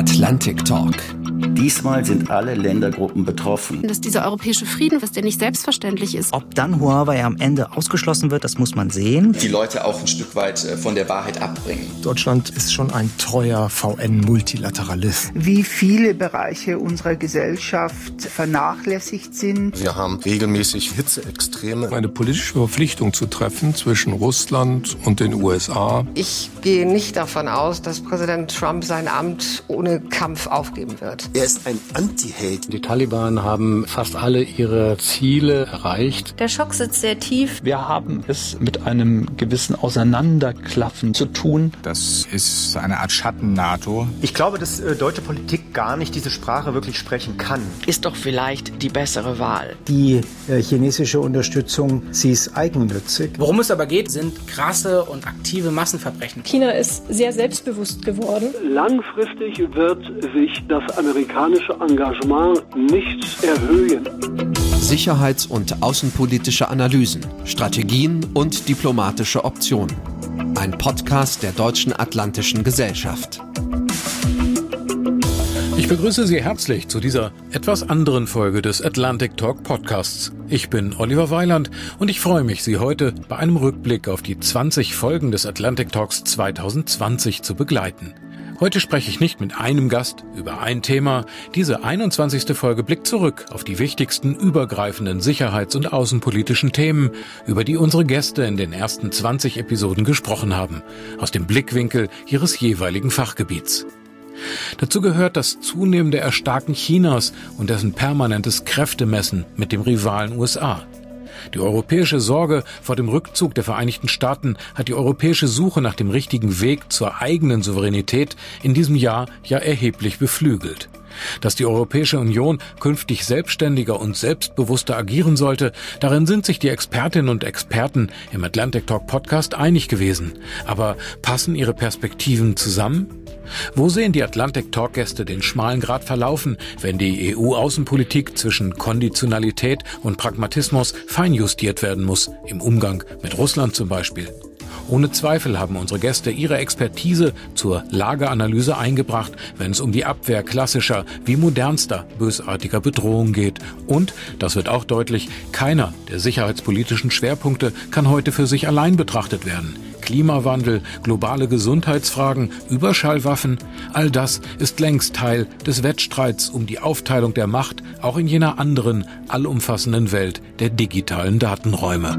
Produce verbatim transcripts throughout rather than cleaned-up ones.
Atlantic Talk. Diesmal sind alle Ländergruppen betroffen. Dass dieser europäische Frieden, dass der nicht selbstverständlich ist. Ob dann Huawei am Ende ausgeschlossen wird, das muss man sehen. Die Leute auch ein Stück weit von der Wahrheit abbringen. Deutschland ist schon ein treuer V N-Multilateralist. Wie viele Bereiche unserer Gesellschaft vernachlässigt sind. Wir haben regelmäßig Hitzeextreme. Eine politische Verpflichtung zu treffen zwischen Russland und den U S A. Ich gehe nicht davon aus, dass Präsident Trump sein Amt ohne Kampf aufgeben wird. Er ist ein Anti-Held. Die Taliban haben fast alle ihre Ziele erreicht. Der Schock sitzt sehr tief. Wir haben es mit einem gewissen Auseinanderklaffen zu tun. Das ist eine Art Schatten-NATO. Ich glaube, dass äh, deutsche Politik gar nicht diese Sprache wirklich sprechen kann. Ist doch vielleicht die bessere Wahl. Die äh, chinesische Unterstützung, sie ist eigennützig. Worum es aber geht, sind krasse und aktive Massenverbrechen. China ist sehr selbstbewusst geworden. Langfristig wird sich das amerikanische Engagement nicht erhöhen. Sicherheits- und außenpolitische Analysen, Strategien und diplomatische Optionen. Ein Podcast der Deutschen Atlantischen Gesellschaft. Ich begrüße Sie herzlich zu dieser etwas anderen Folge des Atlantic Talk Podcasts. Ich bin Oliver Weiland und ich freue mich, Sie heute bei einem Rückblick auf die zwanzig Folgen des Atlantic Talks zwanzig zwanzig zu begleiten. Heute spreche ich nicht mit einem Gast über ein Thema. Diese einundzwanzigste Folge blickt zurück auf die wichtigsten übergreifenden sicherheits- und außenpolitischen Themen, über die unsere Gäste in den ersten zwanzig Episoden gesprochen haben, aus dem Blickwinkel ihres jeweiligen Fachgebiets. Dazu gehört das zunehmende Erstarken Chinas und dessen permanentes Kräftemessen mit dem Rivalen U S A. Die europäische Sorge vor dem Rückzug der Vereinigten Staaten hat die europäische Suche nach dem richtigen Weg zur eigenen Souveränität in diesem Jahr ja erheblich beflügelt. Dass die Europäische Union künftig selbstständiger und selbstbewusster agieren sollte, darin sind sich die Expertinnen und Experten im Atlantic Talk Podcast einig gewesen. Aber passen ihre Perspektiven zusammen? Wo sehen die Atlantic Talk Gäste den schmalen Grat verlaufen, wenn die E U-Außenpolitik zwischen Konditionalität und Pragmatismus feinjustiert werden muss, im Umgang mit Russland zum Beispiel? Ohne Zweifel haben unsere Gäste ihre Expertise zur Lageanalyse eingebracht, wenn es um die Abwehr klassischer wie modernster bösartiger Bedrohung geht. Und, das wird auch deutlich, keiner der sicherheitspolitischen Schwerpunkte kann heute für sich allein betrachtet werden. Klimawandel, globale Gesundheitsfragen, Überschallwaffen, all das ist längst Teil des Wettstreits um die Aufteilung der Macht, auch in jener anderen, allumfassenden Welt der digitalen Datenräume.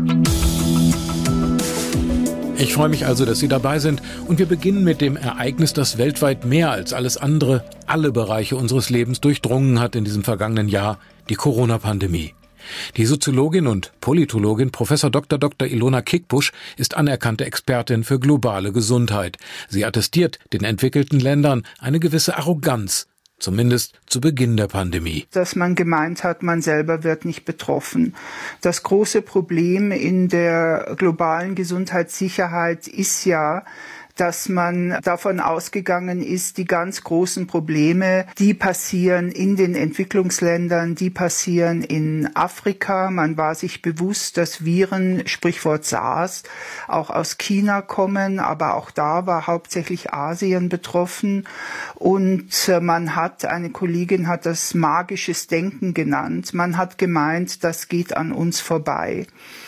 Ich freue mich also, dass Sie dabei sind und wir beginnen mit dem Ereignis, das weltweit mehr als alles andere alle Bereiche unseres Lebens durchdrungen hat in diesem vergangenen Jahr, die Corona-Pandemie. Die Soziologin und Politologin Professor Doktor Doktor Ilona Kickbusch ist anerkannte Expertin für globale Gesundheit. Sie attestiert den entwickelten Ländern eine gewisse Arroganz, zumindest zu Beginn der Pandemie. Dass man gemeint hat, man selber wird nicht betroffen. Das große Problem in der globalen Gesundheitssicherheit ist ja, dass man davon ausgegangen ist, die ganz großen Probleme, die passieren in den Entwicklungsländern, die passieren in Afrika. Man war sich bewusst, dass Viren, Sprichwort SARS, auch aus China kommen, aber auch da war hauptsächlich Asien betroffen. Und man hat, eine Kollegin hat das magisches Denken genannt. Man hat gemeint, das geht an uns vorbei.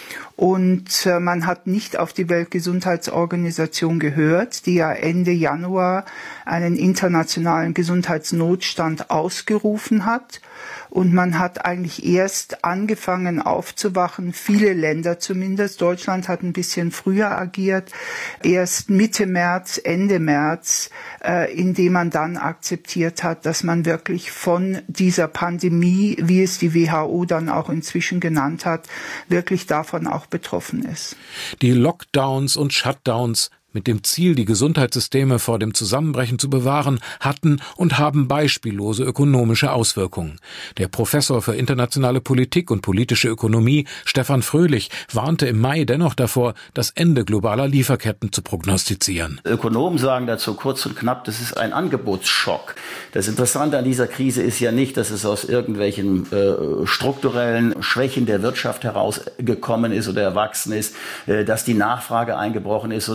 Und äh, man hat nicht auf die Weltgesundheitsorganisation gehört, die ja Ende Januar einen internationalen Gesundheitsnotstand ausgerufen hat. Und man hat eigentlich erst angefangen aufzuwachen, viele Länder zumindest, Deutschland hat ein bisschen früher agiert, erst Mitte März, Ende März, äh, indem man dann akzeptiert hat, dass man wirklich von dieser Pandemie, wie es die W H O dann auch inzwischen genannt hat, wirklich davon auch betroffen ist. Die Lockdowns und Shutdowns mit dem Ziel, die Gesundheitssysteme vor dem Zusammenbrechen zu bewahren, hatten und haben beispiellose ökonomische Auswirkungen. Der Professor für internationale Politik und politische Ökonomie, Stefan Fröhlich, warnte im Mai dennoch davor, das Ende globaler Lieferketten zu prognostizieren. Ökonomen sagen dazu kurz und knapp, das ist ein Angebotsschock. Das Interessante an dieser Krise ist ja nicht, dass es aus irgendwelchen äh, strukturellen Schwächen der Wirtschaft herausgekommen ist oder erwachsen ist, äh, dass die Nachfrage eingebrochen ist, sondern hier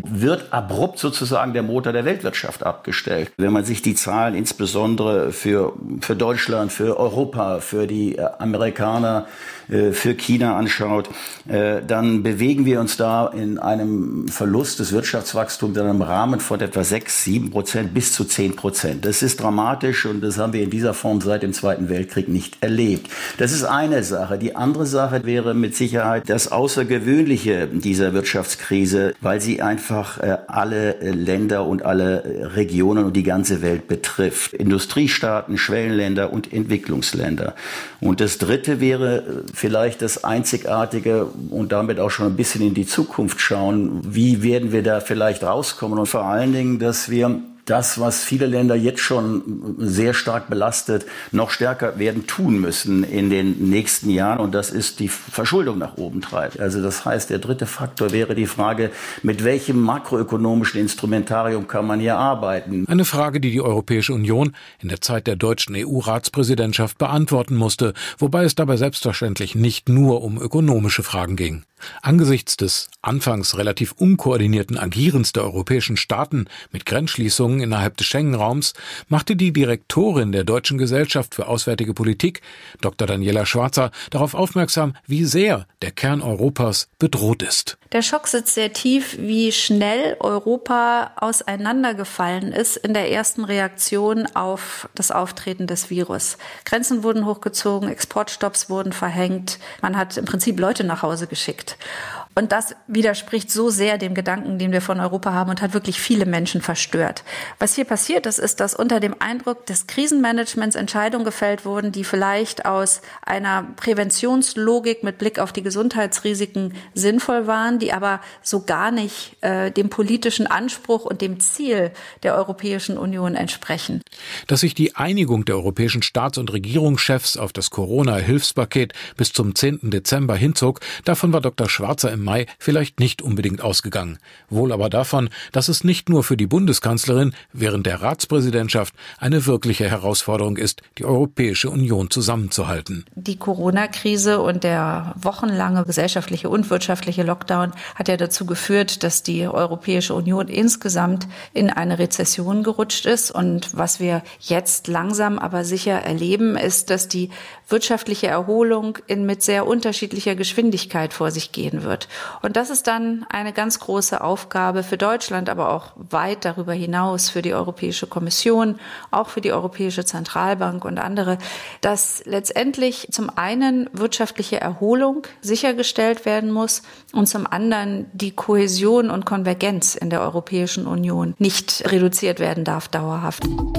wird abrupt sozusagen der Motor der Weltwirtschaft abgestellt. Wenn man sich die Zahlen insbesondere für, für Deutschland, für Europa, für die Amerikaner, für China anschaut, dann bewegen wir uns da in einem Verlust des Wirtschaftswachstums in einem Rahmen von etwa sechs, sieben Prozent bis zu zehn Prozent. Das ist dramatisch und das haben wir in dieser Form seit dem Zweiten Weltkrieg nicht erlebt. Das ist eine Sache. Die andere Sache wäre mit Sicherheit das Außergewöhnliche dieser Wirtschaftskrise, weil sie einfach alle Länder und alle Regionen und die ganze Welt betrifft. Industriestaaten, Schwellenländer und Entwicklungsländer. Und das Dritte wäre vielleicht das Einzigartige und damit auch schon ein bisschen in die Zukunft schauen. Wie werden wir da vielleicht rauskommen? Und vor allen Dingen, dass wir das, was viele Länder jetzt schon sehr stark belastet, noch stärker werden tun müssen in den nächsten Jahren. Und das ist die Verschuldung nach oben treibt. Also das heißt, der dritte Faktor wäre die Frage, mit welchem makroökonomischen Instrumentarium kann man hier arbeiten? Eine Frage, die die Europäische Union in der Zeit der deutschen E U-Ratspräsidentschaft beantworten musste, wobei es dabei selbstverständlich nicht nur um ökonomische Fragen ging. Angesichts des anfangs relativ unkoordinierten Agierens der europäischen Staaten mit Grenzschließungen innerhalb des Schengen-Raums machte die Direktorin der Deutschen Gesellschaft für Auswärtige Politik, Doktor Daniela Schwarzer, darauf aufmerksam, wie sehr der Kern Europas bedroht ist. Der Schock sitzt sehr tief, wie schnell Europa auseinandergefallen ist in der ersten Reaktion auf das Auftreten des Virus. Grenzen wurden hochgezogen, Exportstopps wurden verhängt, man hat im Prinzip Leute nach Hause geschickt. Und das widerspricht so sehr dem Gedanken, den wir von Europa haben und hat wirklich viele Menschen verstört. Was hier passiert ist, ist, dass unter dem Eindruck des Krisenmanagements Entscheidungen gefällt wurden, die vielleicht aus einer Präventionslogik mit Blick auf die Gesundheitsrisiken sinnvoll waren, die aber so gar nicht äh, dem politischen Anspruch und dem Ziel der Europäischen Union entsprechen. Dass sich die Einigung der europäischen Staats- und Regierungschefs auf das Corona-Hilfspaket bis zum zehnten Dezember hinzog, davon war Doktor Schwarzer im Mai vielleicht nicht unbedingt ausgegangen. Wohl aber davon, dass es nicht nur für die Bundeskanzlerin während der Ratspräsidentschaft eine wirkliche Herausforderung ist, die Europäische Union zusammenzuhalten. Die Corona-Krise und der wochenlange gesellschaftliche und wirtschaftliche Lockdown hat ja dazu geführt, dass die Europäische Union insgesamt in eine Rezession gerutscht ist. Und was wir jetzt langsam aber sicher erleben, ist, dass die wirtschaftliche Erholung in mit sehr unterschiedlicher Geschwindigkeit vor sich gehen wird. Und das ist dann eine ganz große Aufgabe für Deutschland, aber auch weit darüber hinaus für die Europäische Kommission, auch für die Europäische Zentralbank und andere, dass letztendlich zum einen wirtschaftliche Erholung sichergestellt werden muss und zum anderen die Kohäsion und Konvergenz in der Europäischen Union nicht reduziert werden darf dauerhaft.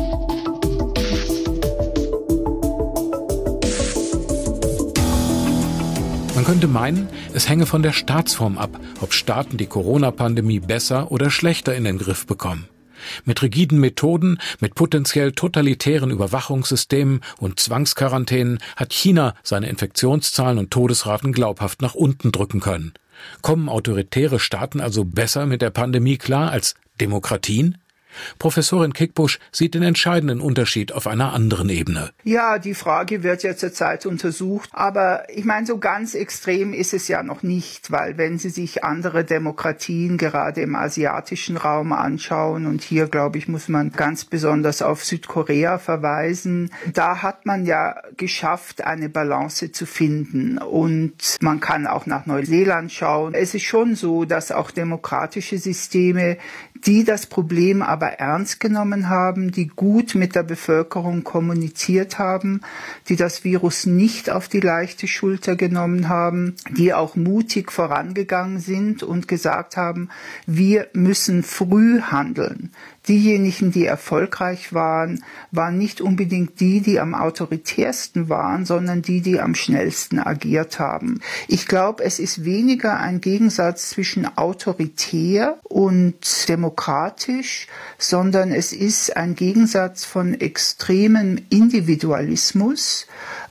Man könnte meinen, es hänge von der Staatsform ab, ob Staaten die Corona-Pandemie besser oder schlechter in den Griff bekommen. Mit rigiden Methoden, mit potenziell totalitären Überwachungssystemen und Zwangsquarantänen hat China seine Infektionszahlen und Todesraten glaubhaft nach unten drücken können. Kommen autoritäre Staaten also besser mit der Pandemie klar als Demokratien? Professorin Kickbusch sieht den entscheidenden Unterschied auf einer anderen Ebene. Ja, die Frage wird ja zurzeit untersucht. Aber ich meine, so ganz extrem ist es ja noch nicht, weil wenn Sie sich andere Demokratien gerade im asiatischen Raum anschauen, und hier, glaube ich, muss man ganz besonders auf Südkorea verweisen, da hat man ja geschafft, eine Balance zu finden. Und man kann auch nach Neuseeland schauen. Es ist schon so, dass auch demokratische Systeme, die das Problem aber ernst genommen haben, die gut mit der Bevölkerung kommuniziert haben, die das Virus nicht auf die leichte Schulter genommen haben, die auch mutig vorangegangen sind und gesagt haben, wir müssen früh handeln. Diejenigen, die erfolgreich waren, waren nicht unbedingt die, die am autoritärsten waren, sondern die, die am schnellsten agiert haben. Ich glaube, es ist weniger ein Gegensatz zwischen autoritär und demokratisch, sondern es ist ein Gegensatz von extremem Individualismus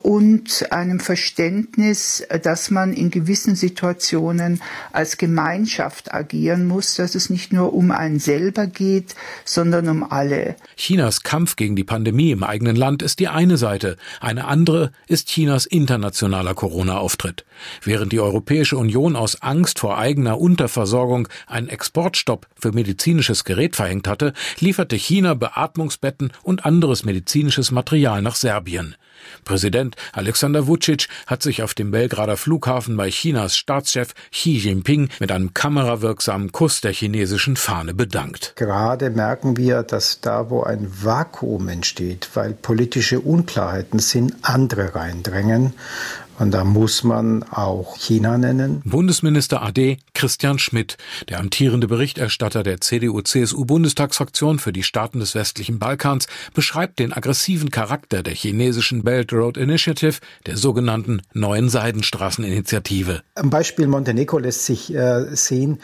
und einem Verständnis, dass man in gewissen Situationen als Gemeinschaft agieren muss, dass es nicht nur um einen selber geht, sondern um alle. Chinas Kampf gegen die Pandemie im eigenen Land ist die eine Seite. Eine andere ist Chinas internationaler Corona-Auftritt. Während die Europäische Union aus Angst vor eigener Unterversorgung einen Exportstopp für medizinisches Gerät verhängt hatte, lieferte China Beatmungsbetten und anderes medizinisches Material nach Serbien. Präsident Alexander Vučić hat sich auf dem Belgrader Flughafen bei Chinas Staatschef Xi Jinping mit einem kamerawirksamen Kuss der chinesischen Fahne bedankt. Gerade merken wir, dass da, wo ein Vakuum entsteht, weil politische Unklarheiten sind, andere reindrängen. Und da muss man auch China nennen. Bundesminister A D Christian Schmidt, der amtierende Berichterstatter der C D U C S U-Bundestagsfraktion für die Staaten des westlichen Balkans, beschreibt den aggressiven Charakter der chinesischen Belt Road Initiative, der sogenannten Neuen Seidenstraßeninitiative. Am Beispiel Montenegro lässt sich äh, sehen,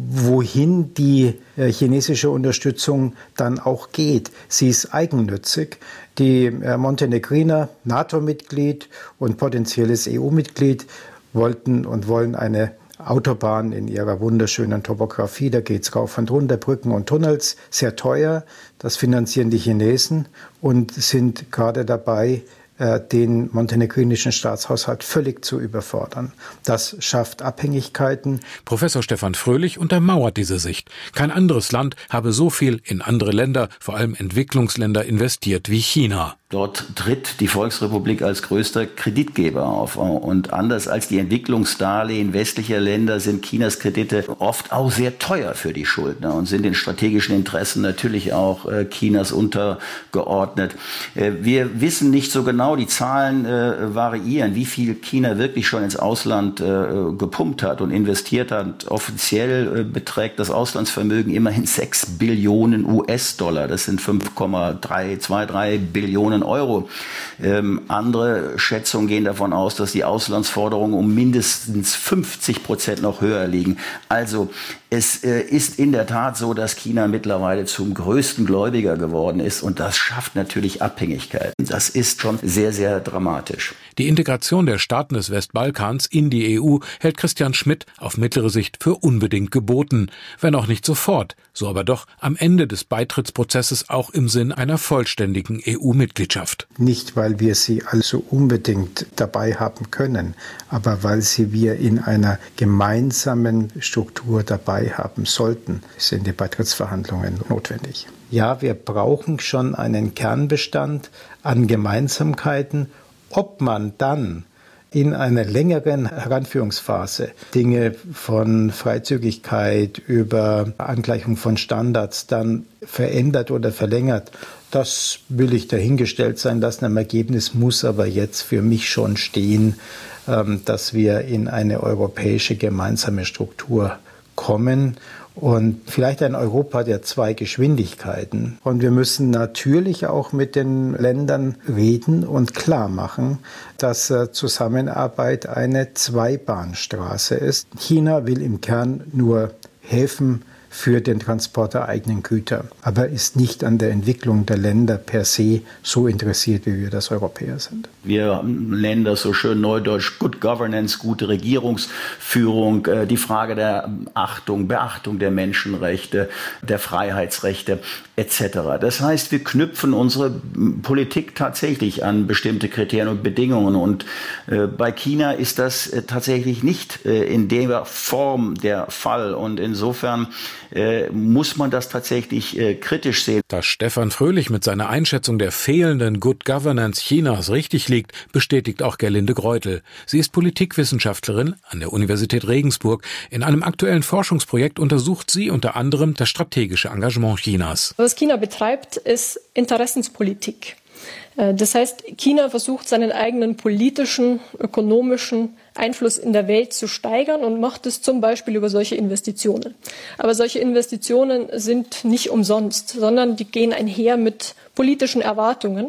wohin die äh, chinesische Unterstützung dann auch geht. Sie ist eigennützig. Die äh, Montenegriner, NATO-Mitglied und potenzielles E U-Mitglied, wollten und wollen eine Autobahn in ihrer wunderschönen Topografie. Da geht's rauf und runter, Brücken und Tunnels, sehr teuer. Das finanzieren die Chinesen und sind gerade dabei, den montenegrinischen Staatshaushalt völlig zu überfordern. Das schafft Abhängigkeiten. Professor Stefan Fröhlich untermauert diese Sicht. Kein anderes Land habe so viel in andere Länder, vor allem Entwicklungsländer, investiert wie China. Dort tritt die Volksrepublik als größter Kreditgeber auf. Und anders als die Entwicklungsdarlehen westlicher Länder sind Chinas Kredite oft auch sehr teuer für die Schuldner und sind den strategischen Interessen natürlich auch Chinas untergeordnet. Wir wissen nicht so genau, die Zahlen variieren, wie viel China wirklich schon ins Ausland gepumpt hat und investiert hat. Offiziell beträgt das Auslandsvermögen immerhin sechs Billionen U S-Dollar. Das sind fünf Komma drei zwei drei Billionen Euro. Ähm, andere Schätzungen gehen davon aus, dass die Auslandsforderungen um mindestens fünfzig Prozent noch höher liegen. Also es äh, ist in der Tat so, dass China mittlerweile zum größten Gläubiger geworden ist und das schafft natürlich Abhängigkeiten. Das ist schon sehr, sehr dramatisch. Die Integration der Staaten des Westbalkans in die E U hält Christian Schmidt auf mittlere Sicht für unbedingt geboten, wenn auch nicht sofort, so aber doch am Ende des Beitrittsprozesses auch im Sinn einer vollständigen E U-Mitgliedschaft. Nicht, weil wir sie also unbedingt dabei haben können, aber weil sie wir in einer gemeinsamen Struktur dabei haben sollten, sind die Beitrittsverhandlungen notwendig. Ja, wir brauchen schon einen Kernbestand an Gemeinsamkeiten. Ob man dann in einer längeren Heranführungsphase Dinge von Freizügigkeit über Angleichung von Standards dann verändert oder verlängert, das will ich dahingestellt sein lassen. Am Ergebnis muss aber jetzt für mich schon stehen, dass wir in eine europäische gemeinsame Struktur kommen. Und vielleicht ein Europa der zwei Geschwindigkeiten. Und wir müssen natürlich auch mit den Ländern reden und klar machen, dass Zusammenarbeit eine Zweibahnstraße ist. China will im Kern nur helfen für den Transport der eigenen Güter, aber ist nicht an der Entwicklung der Länder per se so interessiert, wie wir das Europäer sind. Wir nennen das so schön neudeutsch Good Governance, gute Regierungsführung, die Frage der Achtung, Beachtung der Menschenrechte, der Freiheitsrechte et cetera. Das heißt, wir knüpfen unsere Politik tatsächlich an bestimmte Kriterien und Bedingungen und äh, bei China ist das äh, tatsächlich nicht äh, in der Form der Fall und insofern äh, muss man das tatsächlich äh, kritisch sehen. Dass Stefan Fröhlich mit seiner Einschätzung der fehlenden Good Governance Chinas richtig liegt, bestätigt auch Gerlinde Greutel. Sie ist Politikwissenschaftlerin an der Universität Regensburg. In einem aktuellen Forschungsprojekt untersucht sie unter anderem das strategische Engagement Chinas. Was China betreibt, ist Interessenspolitik. Das heißt, China versucht, seinen eigenen politischen, ökonomischen Einfluss in der Welt zu steigern und macht es zum Beispiel über solche Investitionen. Aber solche Investitionen sind nicht umsonst, sondern die gehen einher mit politischen Erwartungen,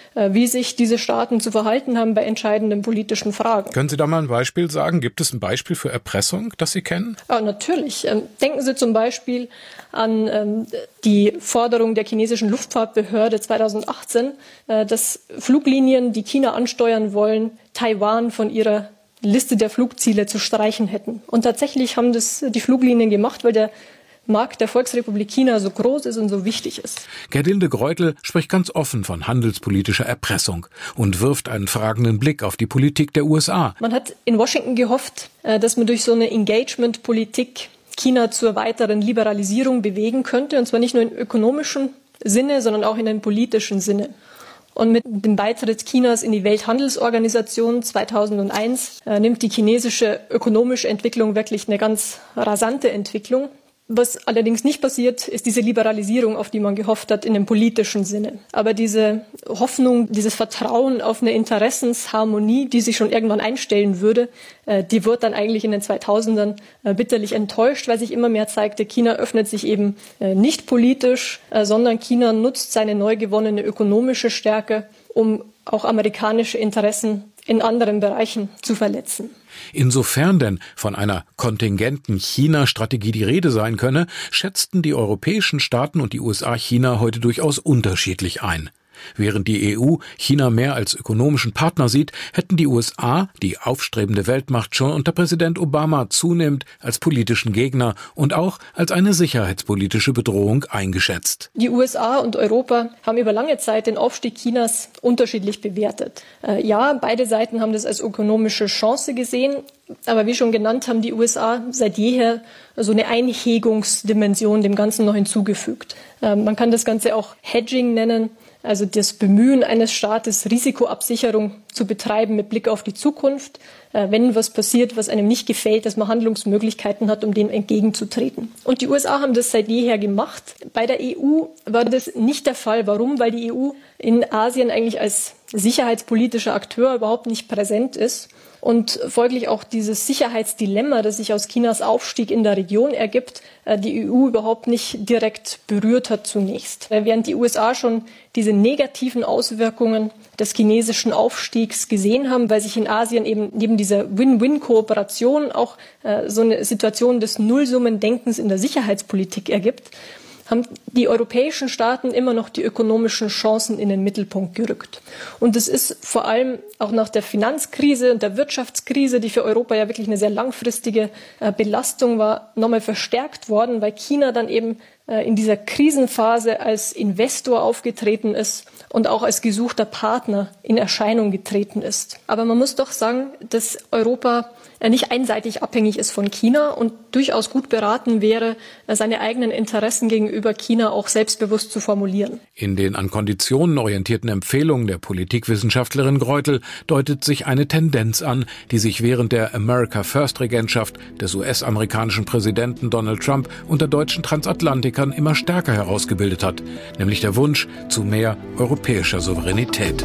wie sich diese Staaten zu verhalten haben bei entscheidenden politischen Fragen. Können Sie da mal ein Beispiel sagen? Gibt es ein Beispiel für Erpressung, das Sie kennen? Ja, natürlich. Denken Sie zum Beispiel an ähm, die Forderung der chinesischen Luftfahrtbehörde zweitausendachtzehn, äh, dass Fluglinien, die China ansteuern wollen, Taiwan von ihrer Liste der Flugziele zu streichen hätten. Und tatsächlich haben das die Fluglinien gemacht, weil der Markt der Volksrepublik China so groß ist und so wichtig ist. Gerlinde Greutel spricht ganz offen von handelspolitischer Erpressung und wirft einen fragenden Blick auf die Politik der U S A. Man hat in Washington gehofft, dass man durch so eine Engagement-Politik China zur weiteren Liberalisierung bewegen könnte, und zwar nicht nur im ökonomischen Sinne, sondern auch in einem politischen Sinne. Und mit dem Beitritt Chinas in die Welthandelsorganisation zweitausendeins äh, nimmt die chinesische ökonomische Entwicklung wirklich eine ganz rasante Entwicklung. Was allerdings nicht passiert, ist diese Liberalisierung, auf die man gehofft hat, in dem politischen Sinne. Aber diese Hoffnung, dieses Vertrauen auf eine Interessensharmonie, die sich schon irgendwann einstellen würde, die wird dann eigentlich in den zweitausendern bitterlich enttäuscht, weil sich immer mehr zeigte, China öffnet sich eben nicht politisch, sondern China nutzt seine neu gewonnene ökonomische Stärke, um auch amerikanische Interessen in anderen Bereichen zu verletzen. Insofern denn von einer kontingenten China-Strategie die Rede sein könne, schätzten die europäischen Staaten und die U S A China heute durchaus unterschiedlich ein. Während die E U China mehr als ökonomischen Partner sieht, hätten die U S A die aufstrebende Weltmacht schon unter Präsident Obama zunehmend als politischen Gegner und auch als eine sicherheitspolitische Bedrohung eingeschätzt. Die U S A und Europa haben über lange Zeit den Aufstieg Chinas unterschiedlich bewertet. Äh, ja, beide Seiten haben das als ökonomische Chance gesehen, aber wie schon genannt, haben die U S A seit jeher so eine Einhegungsdimension dem Ganzen noch hinzugefügt. Äh, man kann das Ganze auch Hedging nennen. Also das Bemühen eines Staates, Risikoabsicherung zu betreiben mit Blick auf die Zukunft, äh, wenn was passiert, was einem nicht gefällt, dass man Handlungsmöglichkeiten hat, um dem entgegenzutreten. Und die U S A haben das seit jeher gemacht. Bei der E U war das nicht der Fall. Warum? Weil die E U in Asien eigentlich als sicherheitspolitischer Akteur überhaupt nicht präsent ist und folglich auch dieses Sicherheitsdilemma, das sich aus Chinas Aufstieg in der Region ergibt, die E U überhaupt nicht direkt berührt hat zunächst. Während die U S A schon diese negativen Auswirkungen des chinesischen Aufstiegs gesehen haben, weil sich in Asien eben neben dieser Win-Win-Kooperation auch äh, so eine Situation des Nullsummendenkens in der Sicherheitspolitik ergibt, haben die europäischen Staaten immer noch die ökonomischen Chancen in den Mittelpunkt gerückt. Und es ist vor allem auch nach der Finanzkrise und der Wirtschaftskrise, die für Europa ja wirklich eine sehr langfristige äh, Belastung war, nochmal verstärkt worden, weil China dann eben äh, in dieser Krisenphase als Investor aufgetreten ist und auch als gesuchter Partner in Erscheinung getreten ist. Aber man muss doch sagen, dass Europa nicht einseitig abhängig ist von China und durchaus gut beraten wäre, seine eigenen Interessen gegenüber China auch selbstbewusst zu formulieren. In den an Konditionen orientierten Empfehlungen der Politikwissenschaftlerin Greutel deutet sich eine Tendenz an, die sich während der America First Regentschaft des U S-amerikanischen Präsidenten Donald Trump unter deutschen Transatlantikern immer stärker herausgebildet hat, nämlich der Wunsch zu mehr europäischer Souveränität.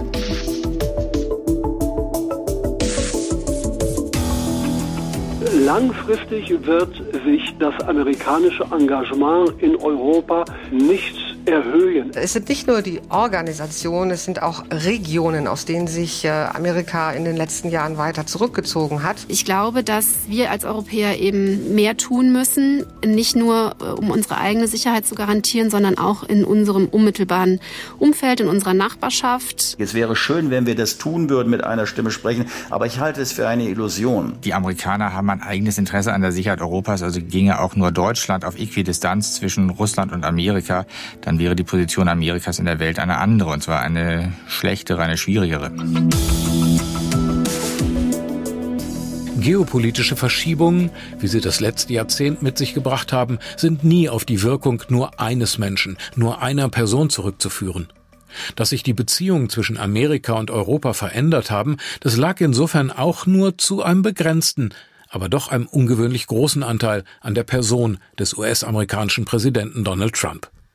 Langfristig wird sich das amerikanische Engagement in Europa nicht erhöhen. Es sind nicht nur die Organisationen, es sind auch Regionen, aus denen sich Amerika in den letzten Jahren weiter zurückgezogen hat. Ich glaube, dass wir als Europäer eben mehr tun müssen, nicht nur um unsere eigene Sicherheit zu garantieren, sondern auch in unserem unmittelbaren Umfeld, in unserer Nachbarschaft. Es wäre schön, wenn wir das tun würden, mit einer Stimme sprechen, aber ich halte es für eine Illusion. Die Amerikaner haben ein eigenes Interesse an der Sicherheit Europas, also ginge auch nur Deutschland auf Äquidistanz zwischen Russland und Amerika, dann wäre die Position Amerikas in der Welt eine andere, und zwar eine schlechtere, eine schwierigere. Geopolitische Verschiebungen, wie sie das letzte Jahrzehnt mit sich gebracht haben, sind nie auf die Wirkung nur eines Menschen, nur einer Person zurückzuführen. Dass sich die Beziehungen zwischen Amerika und Europa verändert haben, das lag insofern auch nur zu einem begrenzten, aber doch einem ungewöhnlich großen Anteil an der Person des U S-amerikanischen Präsidenten Donald Trump.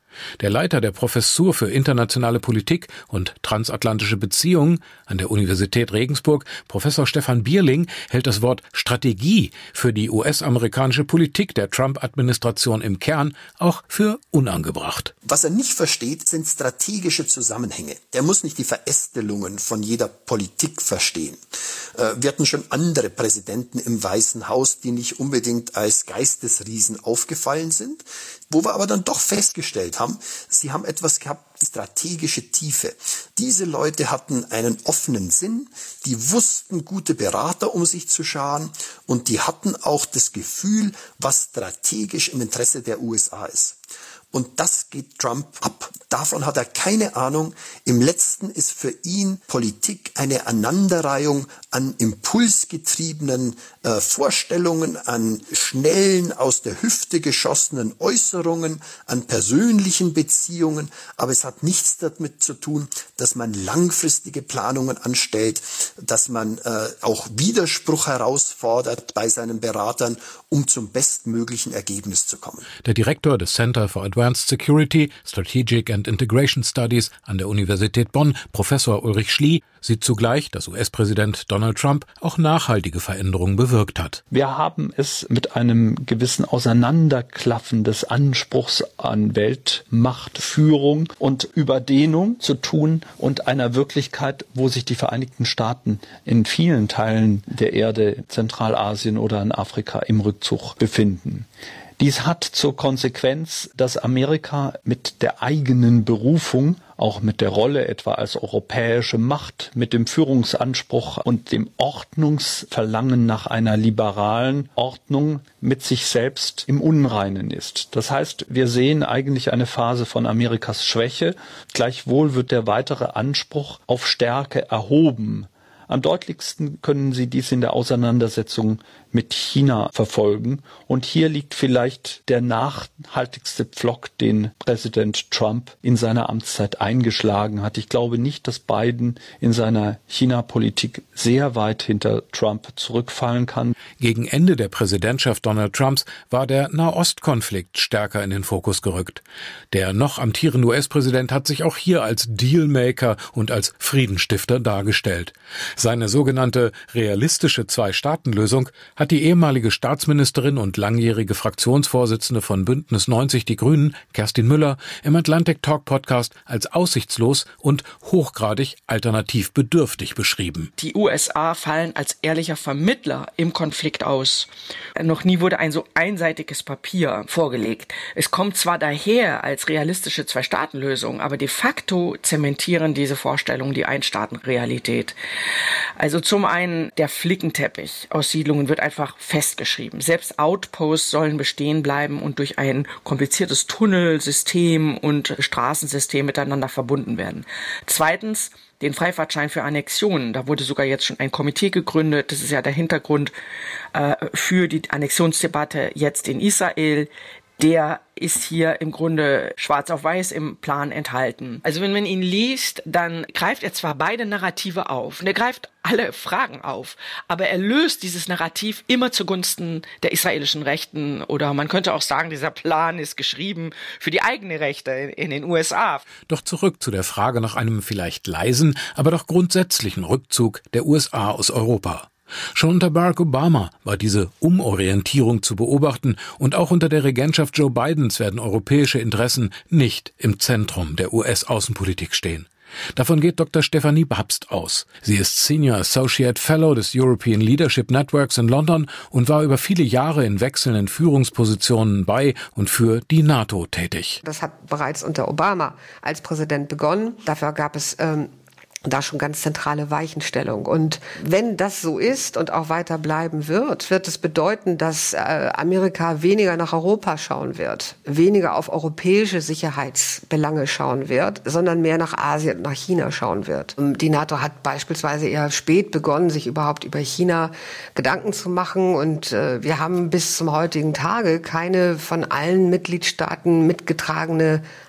Der Leiter der Professur für internationale Politik und transatlantische Beziehungen an der Universität Regensburg, Professor Stefan Bierling, hält das Wort Strategie für die U S-amerikanische Politik der Trump-Administration im Kern auch für unangebracht. Was er nicht versteht, sind strategische Zusammenhänge. Er muss nicht die Verästelungen von jeder Politik verstehen. Wir hatten schon andere Präsidenten im Weißen Haus, die nicht unbedingt als Geistesriesen aufgefallen sind, wo wir aber dann doch festgestellt haben, sie haben etwas gehabt, die strategische Tiefe. Diese Leute hatten einen offenen Sinn, die wussten gute Berater um sich zu scharen und die hatten auch das Gefühl, was strategisch im Interesse der U S A ist. Und das geht Trump ab. Davon hat er keine Ahnung. Im Letzten ist für ihn Politik eine Aneinanderreihung an impulsgetriebenen äh, Vorstellungen, an schnellen, aus der Hüfte geschossenen Äußerungen, an persönlichen Beziehungen. Aber es hat nichts damit zu tun, dass man langfristige Planungen anstellt, dass man äh, auch Widerspruch herausfordert bei seinen Beratern, um zum bestmöglichen Ergebnis zu kommen. Der Direktor des Center for Advanced Security, Strategic and Integration Studies an der Universität Bonn, Professor Ulrich Schlie, sieht zugleich, dass U S-Präsident Donald Trump auch nachhaltige Veränderungen bewirkt hat. Wir haben es mit einem gewissen Auseinanderklaffen des Anspruchs an Weltmachtführung und Überdehnung zu tun und einer Wirklichkeit, wo sich die Vereinigten Staaten in vielen Teilen der Erde, Zentralasien oder in Afrika im Rückzug befinden. Dies hat zur Konsequenz, dass Amerika mit der eigenen Berufung, auch mit der Rolle etwa als europäische Macht, mit dem Führungsanspruch und dem Ordnungsverlangen nach einer liberalen Ordnung mit sich selbst im Unreinen ist. Das heißt, wir sehen eigentlich eine Phase von Amerikas Schwäche. Gleichwohl wird der weitere Anspruch auf Stärke erhoben. Am deutlichsten können Sie dies in der Auseinandersetzung mit China verfolgen. Und hier liegt vielleicht der nachhaltigste Pflock, den Präsident Trump in seiner Amtszeit eingeschlagen hat. Ich glaube nicht, dass Biden in seiner China-Politik sehr weit hinter Trump zurückfallen kann. Gegen Ende der Präsidentschaft Donald Trumps war der Nahostkonflikt stärker in den Fokus gerückt. Der noch amtierende U S-Präsident hat sich auch hier als Dealmaker und als Friedensstifter dargestellt. Seine sogenannte realistische Zwei-Staaten-Lösung hat die ehemalige Staatsministerin und langjährige Fraktionsvorsitzende von Bündnis neunzig Die Grünen, Kerstin Müller, im Atlantic Talk Podcast als aussichtslos und hochgradig alternativbedürftig beschrieben. Die U S A fallen als ehrlicher Vermittler im Konflikt aus. Noch nie wurde ein so einseitiges Papier vorgelegt. Es kommt zwar daher als realistische Zwei-Staaten-Lösung, aber de facto zementieren diese Vorstellungen die Ein-Staaten-Realität. Also zum einen der Flickenteppich aus Siedlungen wird einfach festgeschrieben. Selbst Outposts sollen bestehen bleiben und durch ein kompliziertes Tunnelsystem und Straßensystem miteinander verbunden werden. Zweitens den Freifahrtschein für Annexionen. Da wurde sogar jetzt schon ein Komitee gegründet. Das ist ja der Hintergrund äh, für die Annexionsdebatte jetzt in Israel. Der ist hier im Grunde schwarz auf weiß im Plan enthalten. Also wenn man ihn liest, dann greift er zwar beide Narrative auf und er greift alle Fragen auf, aber er löst dieses Narrativ immer zugunsten der israelischen Rechten oder man könnte auch sagen, dieser Plan ist geschrieben für die eigene Rechte in den U S A. Doch zurück zu der Frage nach einem vielleicht leisen, aber doch grundsätzlichen Rückzug der U S A aus Europa. Schon unter Barack Obama war diese Umorientierung zu beobachten und auch unter der Regentschaft Joe Bidens werden europäische Interessen nicht im Zentrum der U S-Außenpolitik stehen. Davon geht Doktor Stefanie Babst aus. Sie ist Senior Associate Fellow des European Leadership Networks in London und war über viele Jahre in wechselnden Führungspositionen bei und für die NATO tätig. Das hat bereits unter Obama als Präsident begonnen. Dafür gab es ähm da schon ganz zentrale Weichenstellung. Und wenn das so ist und auch weiter bleiben wird, wird es bedeuten, dass äh, Amerika weniger nach Europa schauen wird, weniger auf europäische Sicherheitsbelange schauen wird, sondern mehr nach Asien und nach China schauen wird. Die NATO hat beispielsweise eher spät begonnen, sich überhaupt über China Gedanken zu machen. Und äh, wir haben bis zum heutigen Tage keine von allen Mitgliedstaaten mitgetragene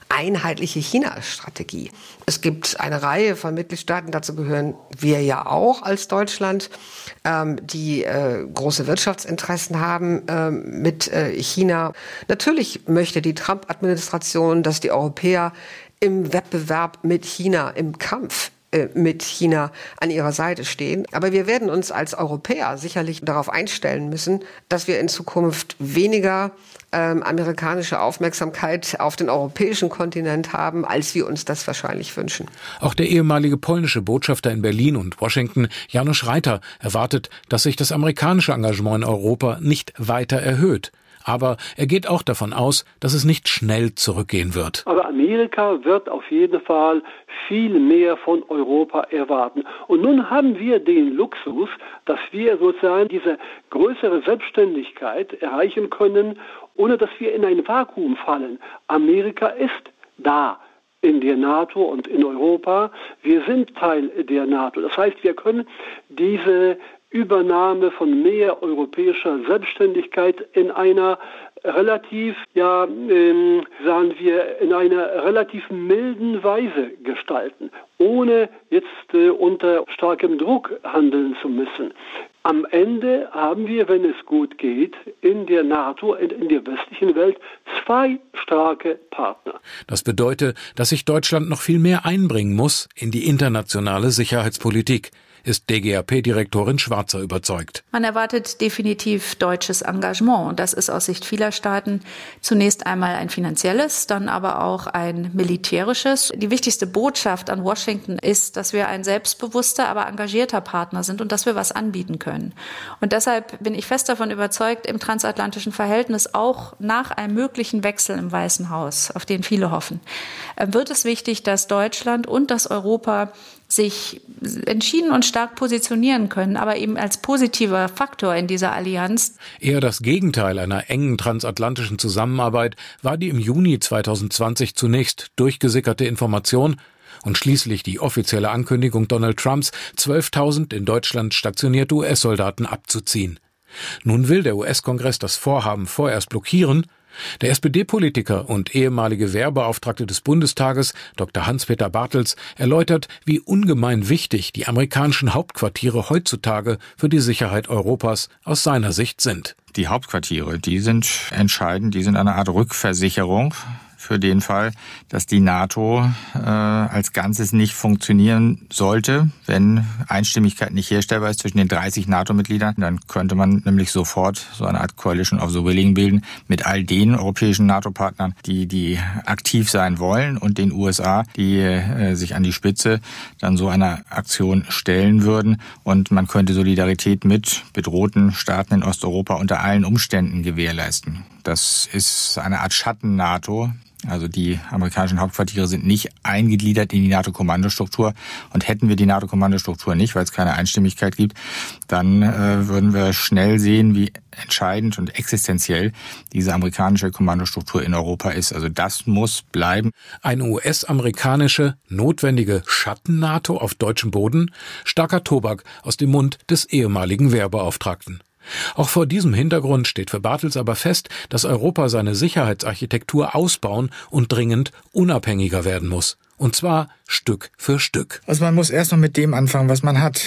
einheitliche China-Strategie. Es gibt eine Reihe von Mitgliedstaaten, dazu gehören wir ja auch als Deutschland, ähm, die äh, große Wirtschaftsinteressen haben ähm, mit äh, China. Natürlich möchte die Trump-Administration, dass die Europäer im Wettbewerb mit China, im Kampf mit China an ihrer Seite stehen. Aber wir werden uns als Europäer sicherlich darauf einstellen müssen, dass wir in Zukunft weniger ähm, amerikanische Aufmerksamkeit auf den europäischen Kontinent haben, als wir uns das wahrscheinlich wünschen. Auch der ehemalige polnische Botschafter in Berlin und Washington, Janusz Reiter, erwartet, dass sich das amerikanische Engagement in Europa nicht weiter erhöht. Aber er geht auch davon aus, dass es nicht schnell zurückgehen wird. Aber Amerika wird auf jeden Fall viel mehr von Europa erwarten. Und nun haben wir den Luxus, dass wir sozusagen diese größere Selbstständigkeit erreichen können, ohne dass wir in ein Vakuum fallen. Amerika ist da in der NATO und in Europa. Wir sind Teil der NATO. Das heißt, wir können diese Übernahme von mehr europäischer Selbstständigkeit in einer relativ, ja, ähm, sagen wir, in einer relativ milden Weise gestalten, ohne jetzt äh, unter starkem Druck handeln zu müssen. Am Ende haben wir, wenn es gut geht, in der NATO und in der westlichen Welt zwei starke Partner. Das bedeutet, dass sich Deutschland noch viel mehr einbringen muss in die internationale Sicherheitspolitik, ist D G A P-Direktorin Schwarzer überzeugt. Man erwartet definitiv deutsches Engagement. Und das ist aus Sicht vieler Staaten zunächst einmal ein finanzielles, dann aber auch ein militärisches. Die wichtigste Botschaft an Washington ist, dass wir ein selbstbewusster, aber engagierter Partner sind und dass wir was anbieten können. Und deshalb bin ich fest davon überzeugt, im transatlantischen Verhältnis, auch nach einem möglichen Wechsel im Weißen Haus, auf den viele hoffen, wird es wichtig, dass Deutschland und das Europa sich entschieden und stark positionieren können, aber eben als positiver Faktor in dieser Allianz. Eher das Gegenteil einer engen transatlantischen Zusammenarbeit war die im Juni zweitausendzwanzig zunächst durchgesickerte Information und schließlich die offizielle Ankündigung Donald Trumps, zwölftausend in Deutschland stationierte U S-Soldaten abzuziehen. Nun will der U S-Kongress das Vorhaben vorerst blockieren. Der S P D-Politiker und ehemalige Wehrbeauftragte des Bundestages, Doktor Hans-Peter Bartels, erläutert, wie ungemein wichtig die amerikanischen Hauptquartiere heutzutage für die Sicherheit Europas aus seiner Sicht sind. Die Hauptquartiere, die sind entscheidend, die sind eine Art Rückversicherung für den Fall, dass die NATO äh, als Ganzes nicht funktionieren sollte. Wenn Einstimmigkeit nicht herstellbar ist zwischen den dreißig NATO-Mitgliedern, dann könnte man nämlich sofort so eine Art Coalition of the Willing bilden mit all den europäischen NATO-Partnern, die die aktiv sein wollen und den U S A, die äh, sich an die Spitze dann so einer Aktion stellen würden. Und man könnte Solidarität mit bedrohten Staaten in Osteuropa unter allen Umständen gewährleisten. Das ist eine Art Schatten-NATO. Also die amerikanischen Hauptquartiere sind nicht eingegliedert in die NATO-Kommandostruktur. Und hätten wir die NATO-Kommandostruktur nicht, weil es keine Einstimmigkeit gibt, dann äh, würden wir schnell sehen, wie entscheidend und existenziell diese amerikanische Kommandostruktur in Europa ist. Also das muss bleiben. Eine U S-amerikanische, notwendige Schatten-NATO auf deutschem Boden? Starker Tobak aus dem Mund des ehemaligen Wehrbeauftragten. Auch vor diesem Hintergrund steht für Bartels aber fest, dass Europa seine Sicherheitsarchitektur ausbauen und dringend unabhängiger werden muss. Und zwar Stück für Stück. Also man muss erst noch mit dem anfangen, was man hat.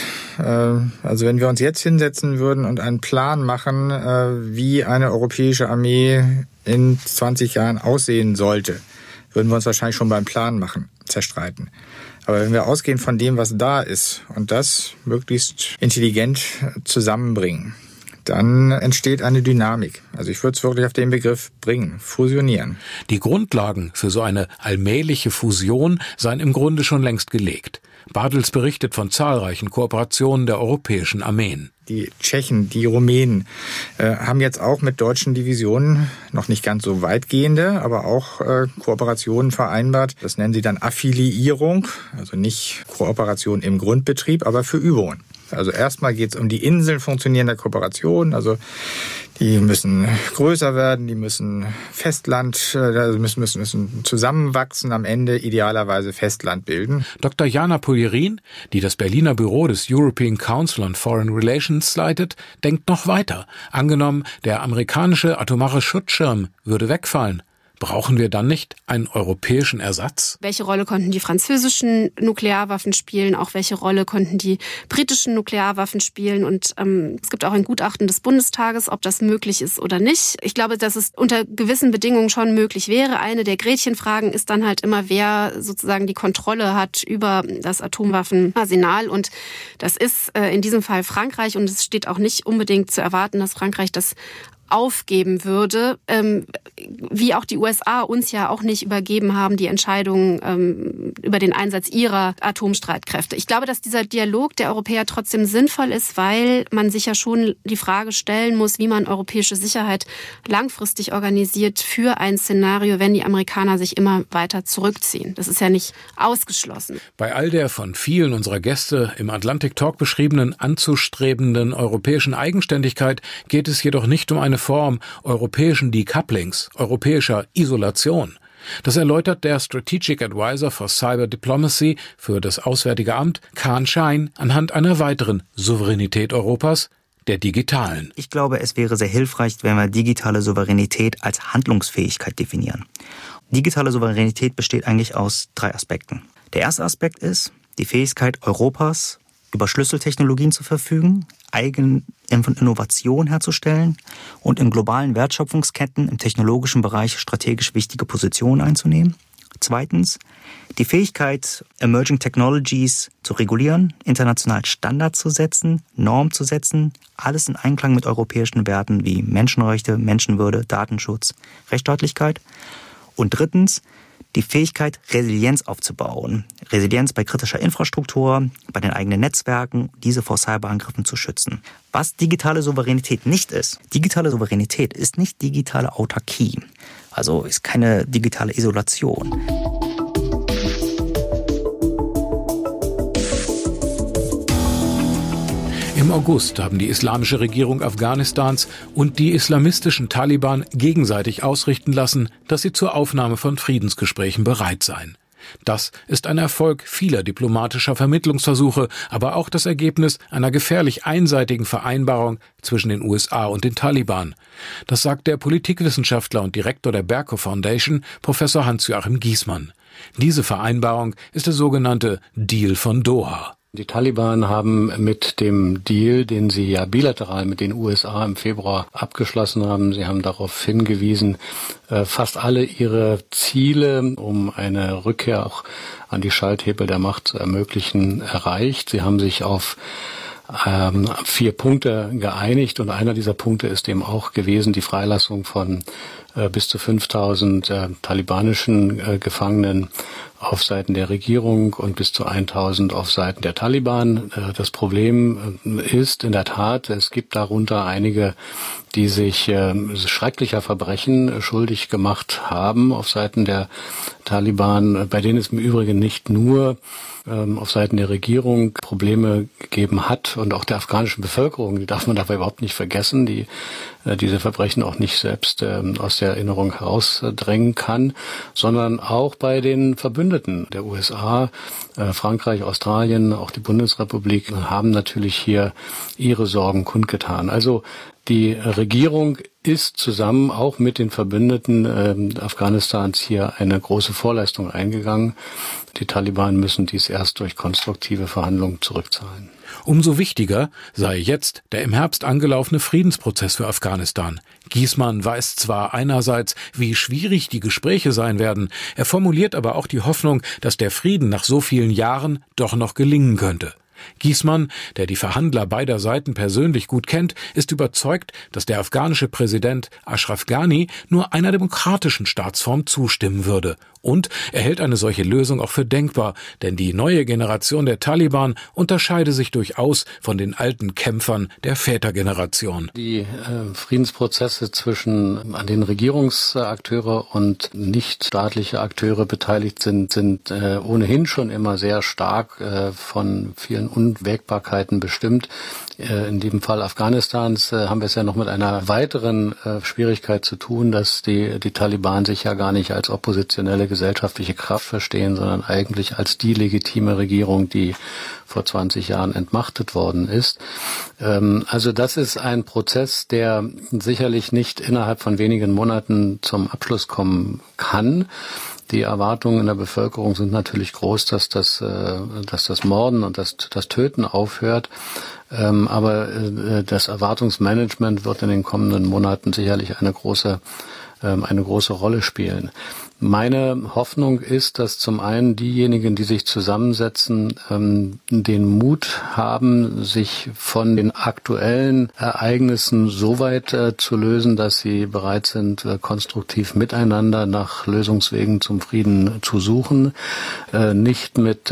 Also wenn wir uns jetzt hinsetzen würden und einen Plan machen, wie eine europäische Armee in zwanzig Jahren aussehen sollte, würden wir uns wahrscheinlich schon beim Plan machen, zerstreiten. Aber wenn wir ausgehen von dem, was da ist und das möglichst intelligent zusammenbringen, dann entsteht eine Dynamik. Also ich würde es wirklich auf den Begriff bringen, fusionieren. Die Grundlagen für so eine allmähliche Fusion seien im Grunde schon längst gelegt. Bartels berichtet von zahlreichen Kooperationen der europäischen Armeen. Die Tschechen, die Rumänen äh, haben jetzt auch mit deutschen Divisionen noch nicht ganz so weitgehende, aber auch äh, Kooperationen vereinbart. Das nennen sie dann Affiliierung, also nicht Kooperation im Grundbetrieb, aber für Übungen. Also erstmal geht es um die Inseln funktionierender Kooperation. Also die müssen größer werden, die müssen Festland, also müssen, müssen, müssen zusammenwachsen, am Ende idealerweise Festland bilden. Doktor Jana Puljerin, die das Berliner Büro des European Council on Foreign Relations leitet, denkt noch weiter. Angenommen, der amerikanische atomare Schutzschirm würde wegfallen. Brauchen wir dann nicht einen europäischen Ersatz? Welche Rolle konnten die französischen Nuklearwaffen spielen? Auch welche Rolle konnten die britischen Nuklearwaffen spielen? Und ähm, es gibt auch ein Gutachten des Bundestages, ob das möglich ist oder nicht. Ich glaube, dass es unter gewissen Bedingungen schon möglich wäre. Eine der Gretchenfragen ist dann halt immer, wer sozusagen die Kontrolle hat über das Atomwaffenarsenal. Und das ist äh, in diesem Fall Frankreich. Und es steht auch nicht unbedingt zu erwarten, dass Frankreich das aufgeben würde, ähm, wie auch die U S A uns ja auch nicht übergeben haben, die Entscheidung ähm, über den Einsatz ihrer Atomstreitkräfte. Ich glaube, dass dieser Dialog der Europäer trotzdem sinnvoll ist, weil man sich ja schon die Frage stellen muss, wie man europäische Sicherheit langfristig organisiert für ein Szenario, wenn die Amerikaner sich immer weiter zurückziehen. Das ist ja nicht ausgeschlossen. Bei all der von vielen unserer Gäste im Atlantic Talk beschriebenen anzustrebenden europäischen Eigenständigkeit geht es jedoch nicht um eine Form europäischen Decouplings, europäischer Isolation. Das erläutert der Strategic Advisor for Cyber Diplomacy für das Auswärtige Amt, Kaan Schein, anhand einer weiteren Souveränität Europas, der digitalen. Ich glaube, es wäre sehr hilfreich, wenn wir digitale Souveränität als Handlungsfähigkeit definieren. Digitale Souveränität besteht eigentlich aus drei Aspekten. Der erste Aspekt ist die Fähigkeit Europas, über Schlüsseltechnologien zu verfügen, eigene Innovation herzustellen und in globalen Wertschöpfungsketten im technologischen Bereich strategisch wichtige Positionen einzunehmen. Zweitens, die Fähigkeit, Emerging Technologies zu regulieren, international Standards zu setzen, Normen zu setzen, alles in Einklang mit europäischen Werten wie Menschenrechte, Menschenwürde, Datenschutz, Rechtsstaatlichkeit. Und drittens, die Fähigkeit, Resilienz aufzubauen. Resilienz bei kritischer Infrastruktur, bei den eigenen Netzwerken, diese vor Cyberangriffen zu schützen. Was digitale Souveränität nicht ist, digitale Souveränität ist nicht digitale Autarkie. Also ist keine digitale Isolation. Im August haben die islamische Regierung Afghanistans und die islamistischen Taliban gegenseitig ausrichten lassen, dass sie zur Aufnahme von Friedensgesprächen bereit seien. Das ist ein Erfolg vieler diplomatischer Vermittlungsversuche, aber auch das Ergebnis einer gefährlich einseitigen Vereinbarung zwischen den U S A und den Taliban. Das sagt der Politikwissenschaftler und Direktor der Berko Foundation, Professor Hans-Joachim Giesmann. Diese Vereinbarung ist der sogenannte Deal von Doha. Die Taliban haben mit dem Deal, den sie ja bilateral mit den U S A im Februar abgeschlossen haben, sie haben darauf hingewiesen, fast alle ihre Ziele, um eine Rückkehr auch an die Schalthebel der Macht zu ermöglichen, erreicht. Sie haben sich auf ähm, vier Punkte geeinigt und einer dieser Punkte ist eben auch gewesen die Freilassung von äh, bis zu fünftausend äh, talibanischen äh, Gefangenen auf Seiten der Regierung und bis zu tausend auf Seiten der Taliban. Das Problem ist in der Tat, es gibt darunter einige, die sich schrecklicher Verbrechen schuldig gemacht haben auf Seiten der Taliban, bei denen es im Übrigen nicht nur auf Seiten der Regierung Probleme gegeben hat und auch der afghanischen Bevölkerung, die darf man dabei überhaupt nicht vergessen, die diese Verbrechen auch nicht selbst aus der Erinnerung herausdrängen kann, sondern auch bei den Verbündeten der U S A, Frankreich, Australien, auch die Bundesrepublik haben natürlich hier ihre Sorgen kundgetan. Also die Regierung ist zusammen auch mit den Verbündeten äh, Afghanistans hier eine große Vorleistung eingegangen. Die Taliban müssen dies erst durch konstruktive Verhandlungen zurückzahlen. Umso wichtiger sei jetzt der im Herbst angelaufene Friedensprozess für Afghanistan. Giesmann weiß zwar einerseits, wie schwierig die Gespräche sein werden, er formuliert aber auch die Hoffnung, dass der Frieden nach so vielen Jahren doch noch gelingen könnte. Giesmann, der die Verhandler beider Seiten persönlich gut kennt, ist überzeugt, dass der afghanische Präsident Ashraf Ghani nur einer demokratischen Staatsform zustimmen würde. Und er hält eine solche Lösung auch für denkbar, denn die neue Generation der Taliban unterscheide sich durchaus von den alten Kämpfern der Vätergeneration. Die äh, Friedensprozesse zwischen an denen Regierungsakteure und nichtstaatliche Akteure beteiligt sind, sind äh, ohnehin schon immer sehr stark äh, von vielen Unwägbarkeiten bestimmt. In dem Fall Afghanistans haben wir es ja noch mit einer weiteren Schwierigkeit zu tun, dass die, die Taliban sich ja gar nicht als oppositionelle gesellschaftliche Kraft verstehen, sondern eigentlich als die legitime Regierung, die vor zwanzig Jahren entmachtet worden ist. Also das ist ein Prozess, der sicherlich nicht innerhalb von wenigen Monaten zum Abschluss kommen kann. Die Erwartungen in der Bevölkerung sind natürlich groß, dass das, dass das Morden und das, das Töten aufhört. Aber das Erwartungsmanagement wird in den kommenden Monaten sicherlich eine große, eine große Rolle spielen. Meine Hoffnung ist, dass zum einen diejenigen, die sich zusammensetzen, den Mut haben, sich von den aktuellen Ereignissen so weit zu lösen, dass sie bereit sind, konstruktiv miteinander nach Lösungswegen zum Frieden zu suchen, nicht mit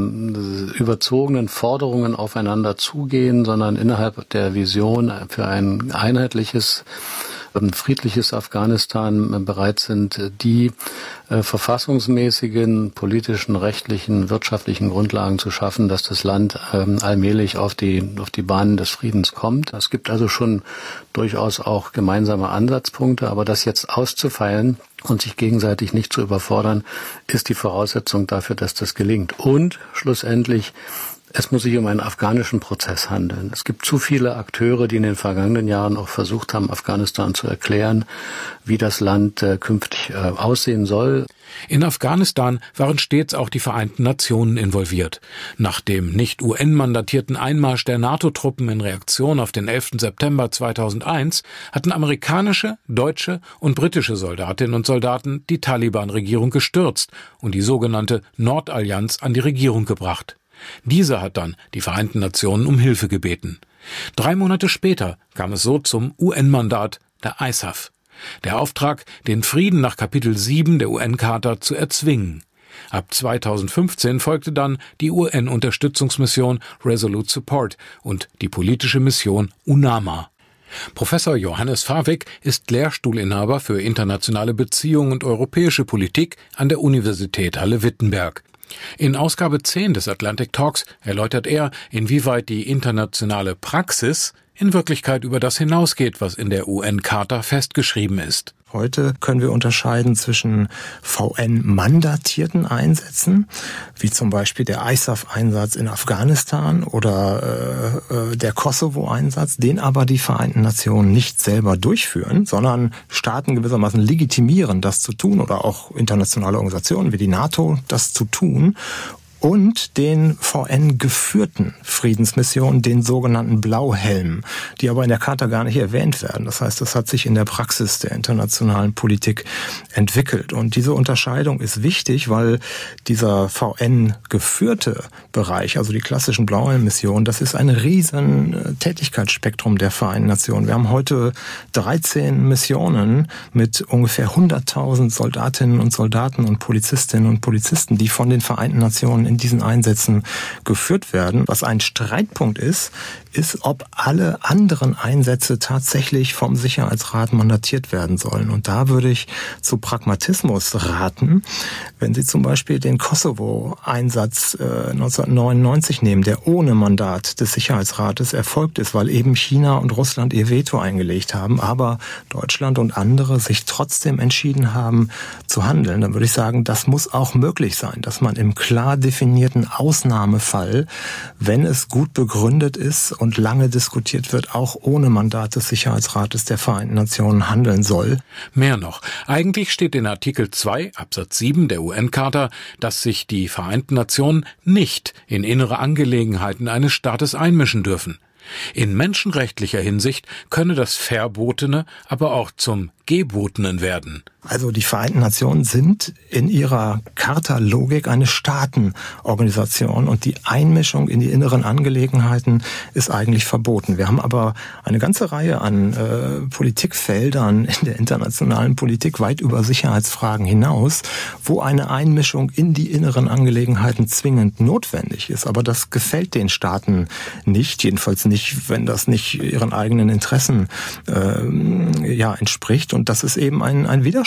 überzogenen Forderungen aufeinander zugehen, sondern innerhalb der Vision für ein einheitliches, friedliches Afghanistan bereit sind, die äh, verfassungsmäßigen, politischen, rechtlichen, wirtschaftlichen Grundlagen zu schaffen, dass das Land ähm, allmählich auf die, auf die Bahnen des Friedens kommt. Es gibt also schon durchaus auch gemeinsame Ansatzpunkte, aber das jetzt auszufeilen und sich gegenseitig nicht zu überfordern, ist die Voraussetzung dafür, dass das gelingt. Und schlussendlich, es muss sich um einen afghanischen Prozess handeln. Es gibt zu viele Akteure, die in den vergangenen Jahren auch versucht haben, Afghanistan zu erklären, wie das Land äh, künftig äh, aussehen soll. In Afghanistan waren stets auch die Vereinten Nationen involviert. Nach dem nicht U N-mandatierten Einmarsch der NATO-Truppen in Reaktion auf den elften September zweitausendeins hatten amerikanische, deutsche und britische Soldatinnen und Soldaten die Taliban-Regierung gestürzt und die sogenannte Nordallianz an die Regierung gebracht. Diese hat dann die Vereinten Nationen um Hilfe gebeten. Drei Monate später kam es so zum U N-Mandat der I S A F. Der Auftrag, den Frieden nach Kapitel sieben der U N-Charta zu erzwingen. Ab zweitausendfünfzehn folgte dann die U N-Unterstützungsmission Resolute Support und die politische Mission UNAMA. Professor Johannes Farwig ist Lehrstuhlinhaber für internationale Beziehungen und europäische Politik an der Universität Halle-Wittenberg. In Ausgabe zehn des Atlantic Talks erläutert er, inwieweit die internationale Praxis in Wirklichkeit über das hinausgeht, was in der U N-Charta festgeschrieben ist. Heute können wir unterscheiden zwischen V N-mandatierten Einsätzen, wie zum Beispiel der I S A F-Einsatz in Afghanistan oder äh, der Kosovo-Einsatz, den aber die Vereinten Nationen nicht selber durchführen, sondern Staaten gewissermaßen legitimieren, das zu tun, oder auch internationale Organisationen wie die NATO das zu tun. Und den V N-geführten Friedensmissionen, den sogenannten Blauhelmen, die aber in der Charta gar nicht erwähnt werden. Das heißt, das hat sich in der Praxis der internationalen Politik entwickelt. Und diese Unterscheidung ist wichtig, weil dieser V N-geführte Bereich, also die klassischen Blauhelm-Missionen, das ist ein riesen Tätigkeitsspektrum der Vereinten Nationen. Wir haben heute dreizehn Missionen mit ungefähr hunderttausend Soldatinnen und Soldaten und Polizistinnen und Polizisten, die von den Vereinten Nationen in diesen Einsätzen geführt werden. Was ein Streitpunkt ist, ist, ob alle anderen Einsätze tatsächlich vom Sicherheitsrat mandatiert werden sollen. Und da würde ich zu Pragmatismus raten, wenn Sie zum Beispiel den Kosovo-Einsatz äh, neunzehnhundertneunundneunzig nehmen, der ohne Mandat des Sicherheitsrates erfolgt ist, weil eben China und Russland ihr Veto eingelegt haben, aber Deutschland und andere sich trotzdem entschieden haben zu handeln, dann würde ich sagen, das muss auch möglich sein, dass man im klar definierten Ausnahmefall, wenn es gut begründet ist und lange diskutiert wird, auch ohne Mandat des Sicherheitsrates der Vereinten Nationen handeln soll. Mehr noch. Eigentlich steht in Artikel zwei Absatz sieben der U N-Charta, dass sich die Vereinten Nationen nicht in innere Angelegenheiten eines Staates einmischen dürfen. In menschenrechtlicher Hinsicht könne das Verbotene aber auch zum Gebotenen werden. Also die Vereinten Nationen sind in ihrer Charta-Logik eine Staatenorganisation und die Einmischung in die inneren Angelegenheiten ist eigentlich verboten. Wir haben aber eine ganze Reihe an äh, Politikfeldern in der internationalen Politik weit über Sicherheitsfragen hinaus, wo eine Einmischung in die inneren Angelegenheiten zwingend notwendig ist. Aber das gefällt den Staaten nicht, jedenfalls nicht, wenn das nicht ihren eigenen Interessen äh, ja, entspricht. Und das ist eben ein, ein Widerspruch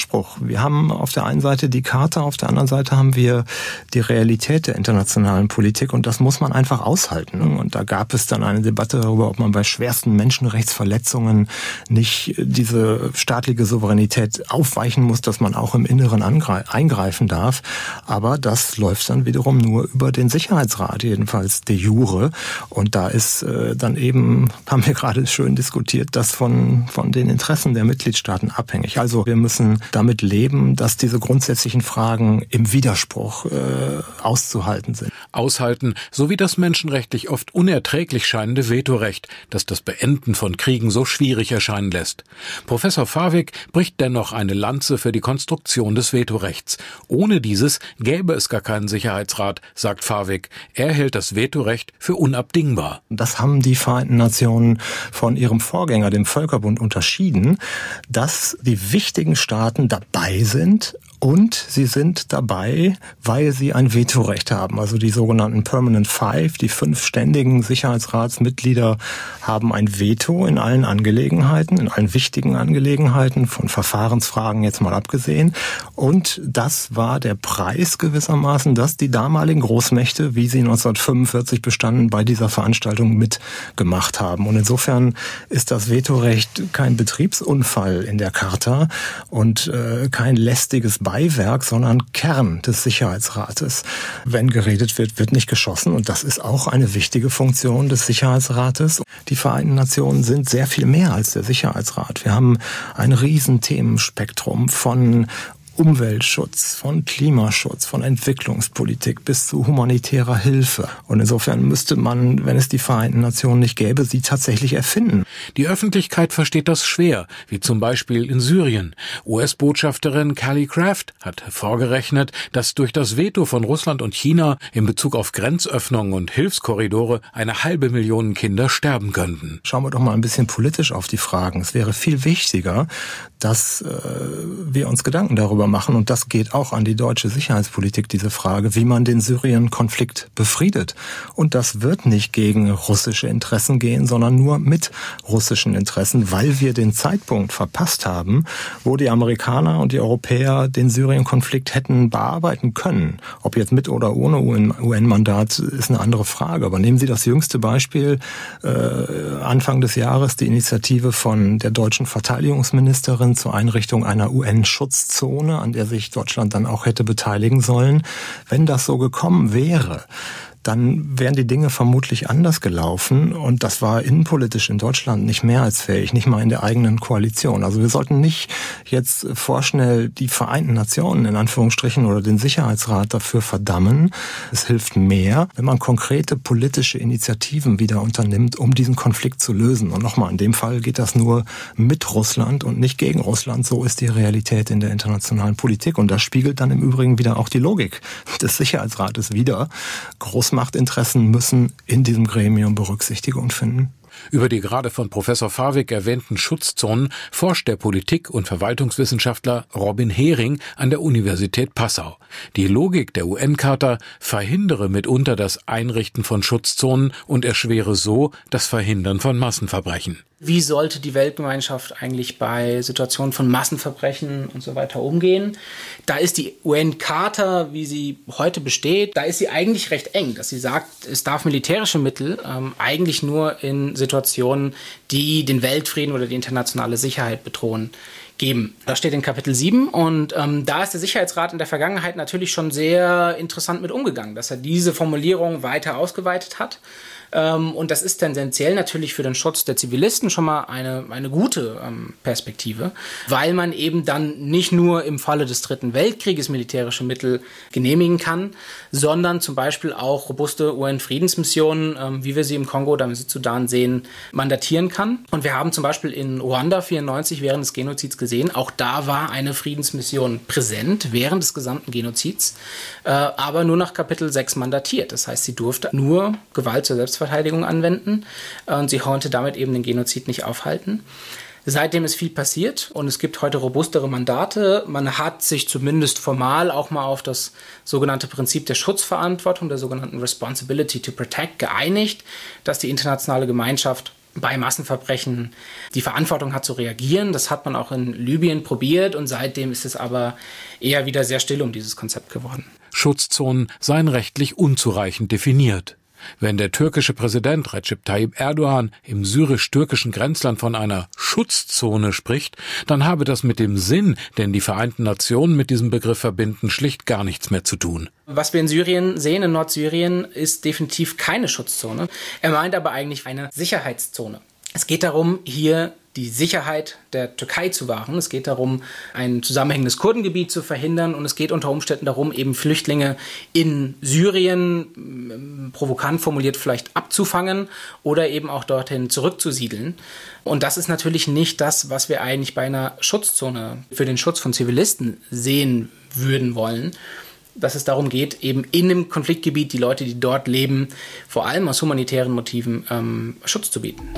Widerspruch. Wir haben auf der einen Seite die Charta, auf der anderen Seite haben wir die Realität der internationalen Politik und das muss man einfach aushalten. Und da gab es dann eine Debatte darüber, ob man bei schwersten Menschenrechtsverletzungen nicht diese staatliche Souveränität aufweichen muss, dass man auch im Inneren eingreifen darf. Aber das läuft dann wiederum nur über den Sicherheitsrat, jedenfalls de jure. Und da ist äh, dann eben, haben wir gerade schön diskutiert, das von, von den Interessen der Mitgliedstaaten abhängig. Also wir müssen damit leben, dass diese grundsätzlichen Fragen im Widerspruch äh, auszuhalten sind. Aushalten, sowie das menschenrechtlich oft unerträglich scheinende Vetorecht, das das Beenden von Kriegen so schwierig erscheinen lässt. Professor Fawig bricht dennoch eine Lanze für die Konstruktion des Vetorechts. Ohne dieses gäbe es gar keinen Sicherheitsrat, sagt Fawig. Er hält das Vetorecht für unabdingbar. Das haben die Vereinten Nationen von ihrem Vorgänger, dem Völkerbund, unterschieden, dass die wichtigen Staaten dabei sind und sie sind dabei, weil sie ein Vetorecht haben. Also die sogenannten Permanent Five, die fünf ständigen Sicherheitsratsmitglieder haben ein Veto in allen Angelegenheiten, in allen wichtigen Angelegenheiten, von Verfahrensfragen jetzt mal abgesehen. Und das war der Preis gewissermaßen, dass die damaligen Großmächte, wie sie neunzehnhundertfünfundvierzig bestanden, bei dieser Veranstaltung mitgemacht haben. Und insofern ist das Vetorecht kein Betriebsunfall in der Charta und äh, kein lästiges Beiwerk, sondern Kern des Sicherheitsrates. Wenn geredet wird, wird nicht geschossen und das ist auch eine wichtige Funktion des Sicherheitsrates. Die Vereinten Nationen sind sehr viel mehr als der Sicherheitsrat. Wir haben ein riesen Themenspektrum von Umweltschutz, von Klimaschutz, von Entwicklungspolitik bis zu humanitärer Hilfe. Und insofern müsste man, wenn es die Vereinten Nationen nicht gäbe, sie tatsächlich erfinden. Die Öffentlichkeit versteht das schwer, wie zum Beispiel in Syrien. U S-Botschafterin Callie Craft hat vorgerechnet, dass durch das Veto von Russland und China in Bezug auf Grenzöffnungen und Hilfskorridore eine halbe Million Kinder sterben könnten. Schauen wir doch mal ein bisschen politisch auf die Fragen. Es wäre viel wichtiger, dass äh, wir uns Gedanken darüber machen, und das geht auch an die deutsche Sicherheitspolitik, diese Frage, wie man den Syrien-Konflikt befriedet. Und das wird nicht gegen russische Interessen gehen, sondern nur mit russischen Interessen, weil wir den Zeitpunkt verpasst haben, wo die Amerikaner und die Europäer den Syrien-Konflikt hätten bearbeiten können. Ob jetzt mit oder ohne U N-Mandat ist eine andere Frage. Aber nehmen Sie das jüngste Beispiel, äh, Anfang des Jahres, die Initiative von der deutschen Verteidigungsministerin zur Einrichtung einer U N-Schutzzone, an der sich Deutschland dann auch hätte beteiligen sollen. Wenn das so gekommen wäre, dann wären die Dinge vermutlich anders gelaufen und das war innenpolitisch in Deutschland nicht mehr als fähig, nicht mal in der eigenen Koalition. Also wir sollten nicht jetzt vorschnell die Vereinten Nationen in Anführungsstrichen oder den Sicherheitsrat dafür verdammen. Es hilft mehr, wenn man konkrete politische Initiativen wieder unternimmt, um diesen Konflikt zu lösen. Und nochmal, in dem Fall geht das nur mit Russland und nicht gegen Russland. So ist die Realität in der internationalen Politik und das spiegelt dann im Übrigen wieder auch die Logik des Sicherheitsrates wider. Großmacht Machtinteressen müssen in diesem Gremium Berücksichtigung finden. Über die gerade von Professor Fawig erwähnten Schutzzonen forscht der Politik- und Verwaltungswissenschaftler Robin Hering an der Universität Passau. Die Logik der U N-Charta verhindere mitunter das Einrichten von Schutzzonen und erschwere so das Verhindern von Massenverbrechen. Wie sollte die Weltgemeinschaft eigentlich bei Situationen von Massenverbrechen und so weiter umgehen? Da ist die U N-Charta, wie sie heute besteht, da ist sie eigentlich recht eng, dass sie sagt, es darf militärische Mittel ähm, eigentlich nur in Situationen, die den Weltfrieden oder die internationale Sicherheit bedrohen, geben. Das steht in Kapitel sieben und ähm, da ist der Sicherheitsrat in der Vergangenheit natürlich schon sehr interessant mit umgegangen, dass er diese Formulierung weiter ausgeweitet hat. Ähm, und das ist tendenziell natürlich für den Schutz der Zivilisten schon mal eine, eine gute ähm, Perspektive, weil man eben dann nicht nur im Falle des Dritten Weltkrieges militärische Mittel genehmigen kann, sondern zum Beispiel auch robuste U N-Friedensmissionen, ähm, wie wir sie im Kongo oder im Südsudan sehen, mandatieren kann. Und wir haben zum Beispiel in Ruanda vierundneunzig während des Genozids gesehen, auch da war eine Friedensmission präsent während des gesamten Genozids, äh, aber nur nach Kapitel sechs mandatiert. Das heißt, sie durfte nur Gewalt zur Selbstverteidigung anwenden und sie konnte damit eben den Genozid nicht aufhalten. Seitdem ist viel passiert und es gibt heute robustere Mandate. Man hat sich zumindest formal auch mal auf das sogenannte Prinzip der Schutzverantwortung, der sogenannten Responsibility to Protect, geeinigt, dass die internationale Gemeinschaft bei Massenverbrechen die Verantwortung hat zu reagieren. Das hat man auch in Libyen probiert und seitdem ist es aber eher wieder sehr still um dieses Konzept geworden. Schutzzonen seien rechtlich unzureichend definiert. Wenn der türkische Präsident Recep Tayyip Erdogan im syrisch-türkischen Grenzland von einer Schutzzone spricht, dann habe das mit dem Sinn, den die Vereinten Nationen mit diesem Begriff verbinden, schlicht gar nichts mehr zu tun. Was wir in Syrien sehen, in Nordsyrien, ist definitiv keine Schutzzone. Er meint aber eigentlich eine Sicherheitszone. Es geht darum, hier die Sicherheit der Türkei zu wahren. Es geht darum, ein zusammenhängendes Kurdengebiet zu verhindern und es geht unter Umständen darum, eben Flüchtlinge in Syrien, provokant formuliert vielleicht, abzufangen oder eben auch dorthin zurückzusiedeln. Und das ist natürlich nicht das, was wir eigentlich bei einer Schutzzone für den Schutz von Zivilisten sehen würden wollen. Dass es darum geht, eben in dem Konfliktgebiet die Leute, die dort leben, vor allem aus humanitären Motiven ähm, Schutz zu bieten.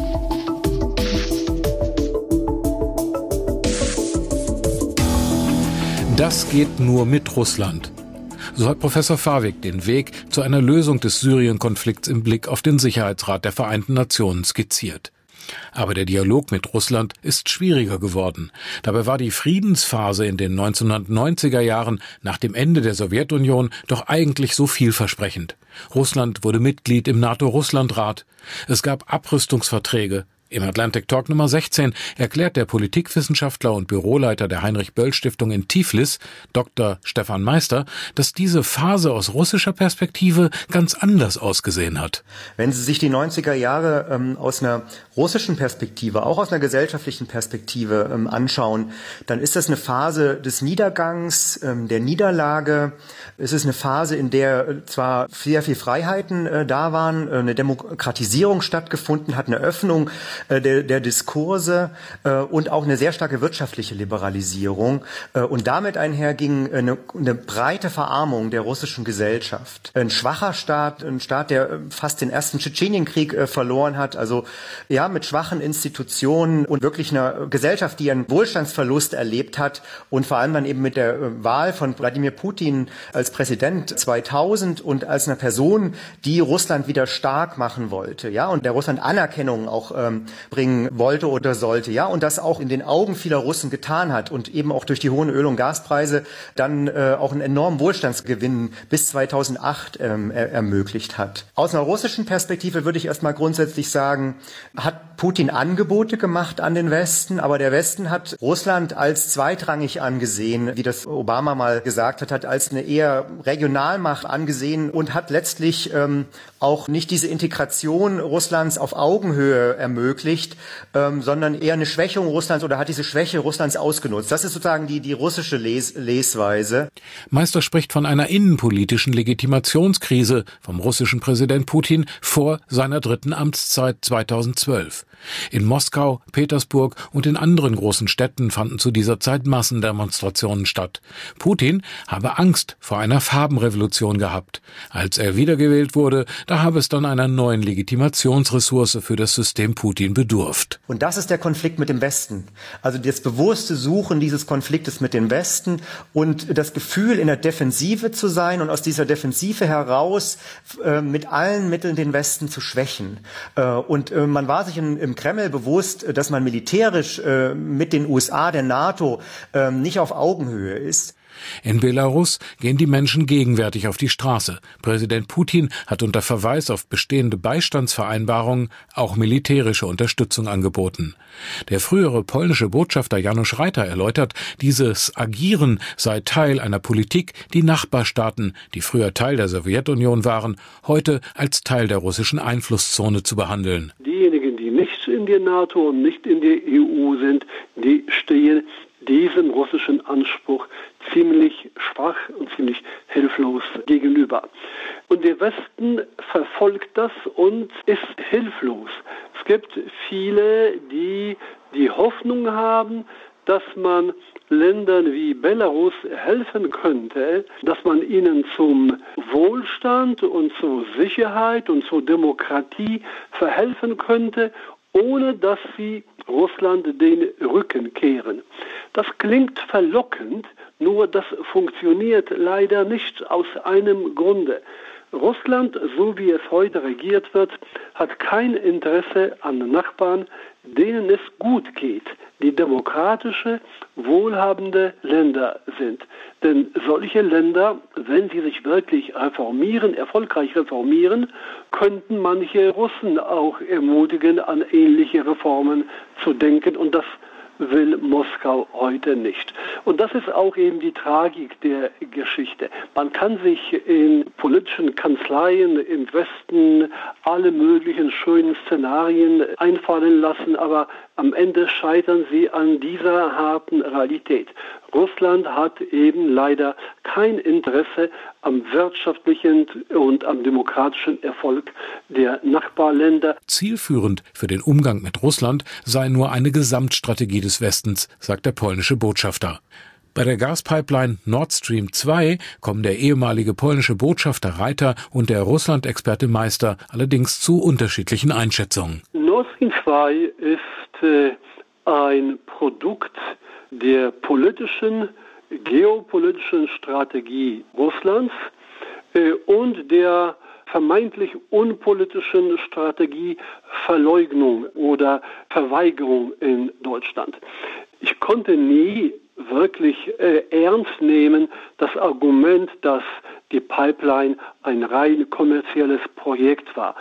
Das geht nur mit Russland. So hat Professor Fawig den Weg zu einer Lösung des Syrien-Konflikts im Blick auf den Sicherheitsrat der Vereinten Nationen skizziert. Aber der Dialog mit Russland ist schwieriger geworden. Dabei war die Friedensphase in den neunzehnhundertneunziger Jahren nach dem Ende der Sowjetunion doch eigentlich so vielversprechend. Russland wurde Mitglied im NATO-Russland-Rat. Es gab Abrüstungsverträge. Im Atlantic Talk Nummer sechzehn erklärt der Politikwissenschaftler und Büroleiter der Heinrich-Böll-Stiftung in Tiflis, Doktor Stefan Meister, dass diese Phase aus russischer Perspektive ganz anders ausgesehen hat. Wenn Sie sich die neunziger Jahre ähm, aus einer russischen Perspektive, auch aus einer gesellschaftlichen Perspektive ähm, anschauen, dann ist das eine Phase des Niedergangs, ähm, der Niederlage. Es ist eine Phase, in der äh, zwar sehr viel Freiheiten äh, da waren, äh, eine Demokratisierung stattgefunden hat, eine Öffnung Der, der Diskurse äh, und auch eine sehr starke wirtschaftliche Liberalisierung. Äh, und damit einherging eine, eine breite Verarmung der russischen Gesellschaft. Ein schwacher Staat, ein Staat, der fast den ersten Tschetschenienkrieg äh, verloren hat, also ja mit schwachen Institutionen und wirklich einer Gesellschaft, die einen Wohlstandsverlust erlebt hat und vor allem dann eben mit der äh, Wahl von Wladimir Putin als Präsident zweitausend und als einer Person, die Russland wieder stark machen wollte, ja, und der Russland Anerkennung auch ähm, bringen wollte oder sollte, ja, und das auch in den Augen vieler Russen getan hat und eben auch durch die hohen Öl- und Gaspreise dann äh, auch einen enormen Wohlstandsgewinn bis zweitausendacht ähm, er ermöglicht hat. Aus einer russischen Perspektive würde ich erstmal grundsätzlich sagen, hat Putin Angebote gemacht an den Westen, aber der Westen hat Russland als zweitrangig angesehen, wie das Obama mal gesagt hat, hat als eine eher Regionalmacht angesehen und hat letztlich ähm, auch nicht diese Integration Russlands auf Augenhöhe ermöglicht, ähm, sondern eher eine Schwächung Russlands oder hat diese Schwäche Russlands ausgenutzt. Das ist sozusagen die, die russische Les- Lesweise. Meister spricht von einer innenpolitischen Legitimationskrise vom russischen Präsident Putin vor seiner dritten Amtszeit zweitausendzwölf. In Moskau, Petersburg und in anderen großen Städten fanden zu dieser Zeit Massendemonstrationen statt. Putin habe Angst vor einer Farbenrevolution gehabt. Als er wiedergewählt wurde, da habe es dann einer neuen Legitimationsressource für das System Putin bedurft. Und das ist der Konflikt mit dem Westen. Also das bewusste Suchen dieses Konfliktes mit dem Westen und das Gefühl, in der Defensive zu sein und aus dieser Defensive heraus äh, mit allen Mitteln den Westen zu schwächen. Äh, und äh, man war sich in, im Kreml bewusst, dass man militärisch äh, mit den U S A, der NATO, äh, nicht auf Augenhöhe ist. In Belarus gehen die Menschen gegenwärtig auf die Straße. Präsident Putin hat unter Verweis auf bestehende Beistandsvereinbarungen auch militärische Unterstützung angeboten. Der frühere polnische Botschafter Janusz Reiter erläutert, dieses Agieren sei Teil einer Politik, die Nachbarstaaten, die früher Teil der Sowjetunion waren, heute als Teil der russischen Einflusszone zu behandeln. Diejenigen, die nicht in der NATO und nicht in der E U sind, die stehen diesem russischen Anspruch ziemlich schwach und ziemlich hilflos gegenüber. Und der Westen verfolgt das und ist hilflos. Es gibt viele, die die Hoffnung haben, dass man Ländern wie Belarus helfen könnte, dass man ihnen zum Wohlstand und zur Sicherheit und zur Demokratie verhelfen könnte, ohne dass sie Russland den Rücken kehren. Das klingt verlockend, nur das funktioniert leider nicht aus einem Grunde. Russland, so wie es heute regiert wird, hat kein Interesse an Nachbarn, denen es gut geht, die demokratische, wohlhabende Länder sind. Denn solche Länder, wenn sie sich wirklich reformieren, erfolgreich reformieren, könnten manche Russen auch ermutigen, an ähnliche Reformen zu denken, und das will Moskau heute nicht. Und das ist auch eben die Tragik der Geschichte. Man kann sich in politischen Kanzleien im Westen alle möglichen schönen Szenarien einfallen lassen, aber am Ende scheitern sie an dieser harten Realität. Russland hat eben leider kein Interesse am wirtschaftlichen und am demokratischen Erfolg der Nachbarländer. Zielführend für den Umgang mit Russland sei nur eine Gesamtstrategie des Westens, sagt der polnische Botschafter. Bei der Gaspipeline Nord Stream zwei kommen der ehemalige polnische Botschafter Reiter und der Russland-Experte Meister allerdings zu unterschiedlichen Einschätzungen. Nord Stream zwei ist äh, ein Produkt der politischen, geopolitischen Strategie Russlands äh, und der vermeintlich unpolitischen Strategie Verleugnung oder Verweigerung in Deutschland. Ich konnte nie wirklich äh, ernst nehmen das Argument, dass die Pipeline ein rein kommerzielles Projekt war.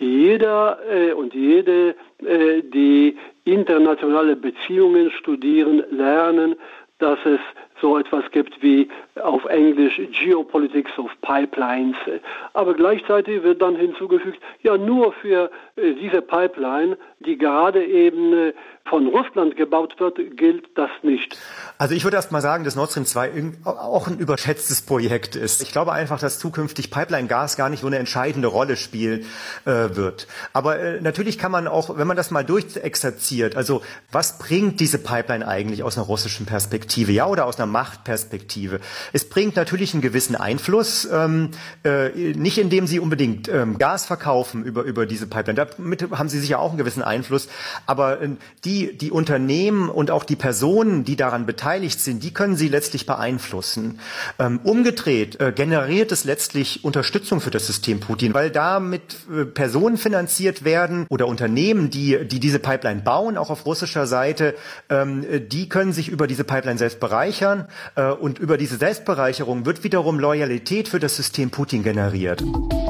Jeder äh, und jede, äh, die internationale Beziehungen studieren, lernen, dass es so etwas gibt wie auf Englisch Geopolitics of Pipelines. Aber gleichzeitig wird dann hinzugefügt, ja, nur für äh, diese Pipeline, die gerade eben äh, von Russland gebaut wird, gilt das nicht. Also ich würde erst mal sagen, dass Nord Stream zwei auch ein überschätztes Projekt ist. Ich glaube einfach, dass zukünftig Pipeline-Gas gar nicht so eine entscheidende Rolle spielen äh, wird. Aber äh, natürlich kann man auch, wenn man das mal durchexerziert, also was bringt diese Pipeline eigentlich aus einer russischen Perspektive, ja, oder aus einer Machtperspektive? Es bringt natürlich einen gewissen Einfluss, ähm, äh, nicht indem sie unbedingt ähm, Gas verkaufen über, über diese Pipeline. Damit haben sie sicher auch einen gewissen Einfluss, aber äh, die Die, Unternehmen und auch die Personen, die daran beteiligt sind, die können sie letztlich beeinflussen. Ähm, umgedreht äh, generiert es letztlich Unterstützung für das System Putin, weil damit äh, Personen finanziert werden oder Unternehmen, die, die diese Pipeline bauen, auch auf russischer Seite, ähm, die können sich über diese Pipeline selbst bereichern äh, und über diese Selbstbereicherung wird wiederum Loyalität für das System Putin generiert.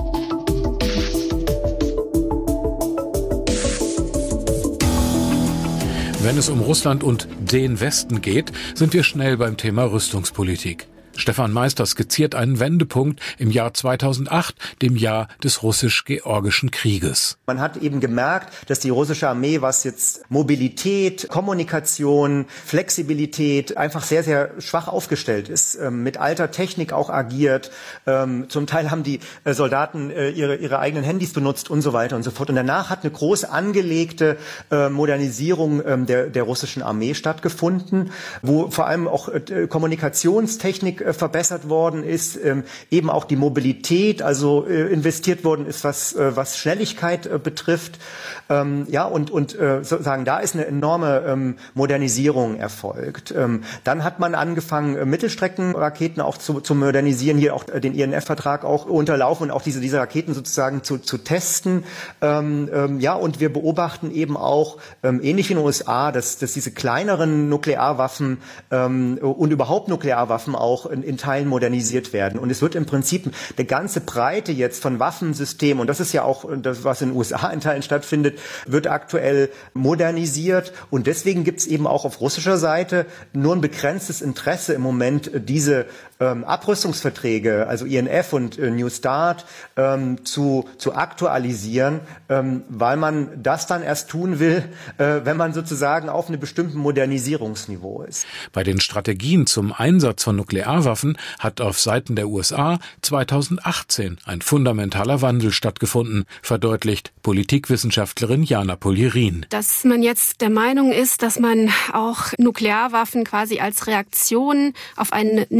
Wenn es um Russland und den Westen geht, sind wir schnell beim Thema Rüstungspolitik. Stefan Meister skizziert einen Wendepunkt im Jahr zweitausendacht, dem Jahr des russisch-georgischen Krieges. Man hat eben gemerkt, dass die russische Armee, was jetzt Mobilität, Kommunikation, Flexibilität einfach sehr, sehr schwach aufgestellt ist, ähm, mit alter Technik auch agiert. Ähm, zum Teil haben die äh, Soldaten äh, ihre, ihre eigenen Handys benutzt und so weiter und so fort. Und danach hat eine groß angelegte äh, Modernisierung äh, der, der russischen Armee stattgefunden, wo vor allem auch äh, Kommunikationstechnik verbessert worden ist, ähm, eben auch die Mobilität, also äh, investiert worden ist, was äh, was Schnelligkeit äh, betrifft, ähm, ja und und äh, sozusagen da ist eine enorme ähm, Modernisierung erfolgt. Ähm, dann hat man angefangen, äh, Mittelstreckenraketen auch zu, zu modernisieren, hier auch äh, den I N F-Vertrag auch unterlaufen und auch diese diese Raketen sozusagen zu zu testen, ähm, ähm, ja und wir beobachten eben auch ähm, ähnlich in den U S A, dass dass diese kleineren Nuklearwaffen ähm, und überhaupt Nuklearwaffen auch in, in Teilen modernisiert werden. Und es wird im Prinzip eine ganze Breite jetzt von Waffensystemen, und das ist ja auch das, was in den U S A in Teilen stattfindet, wird aktuell modernisiert. Und deswegen gibt es eben auch auf russischer Seite nur ein begrenztes Interesse im Moment, diese ähm, Abrüstungsverträge, also I N F und äh, New Start, ähm, zu, zu aktualisieren, ähm, weil man das dann erst tun will, äh, wenn man sozusagen auf einem bestimmten Modernisierungsniveau ist. Bei den Strategien zum Einsatz von Nuklearwaffen hat auf Seiten der U S A zweitausendachtzehn ein fundamentaler Wandel stattgefunden, verdeutlicht Politikwissenschaftlerin Jana Poljerin. Dass man jetzt der Meinung ist, dass man auch Nuklearwaffen quasi als Reaktion auf einen nicht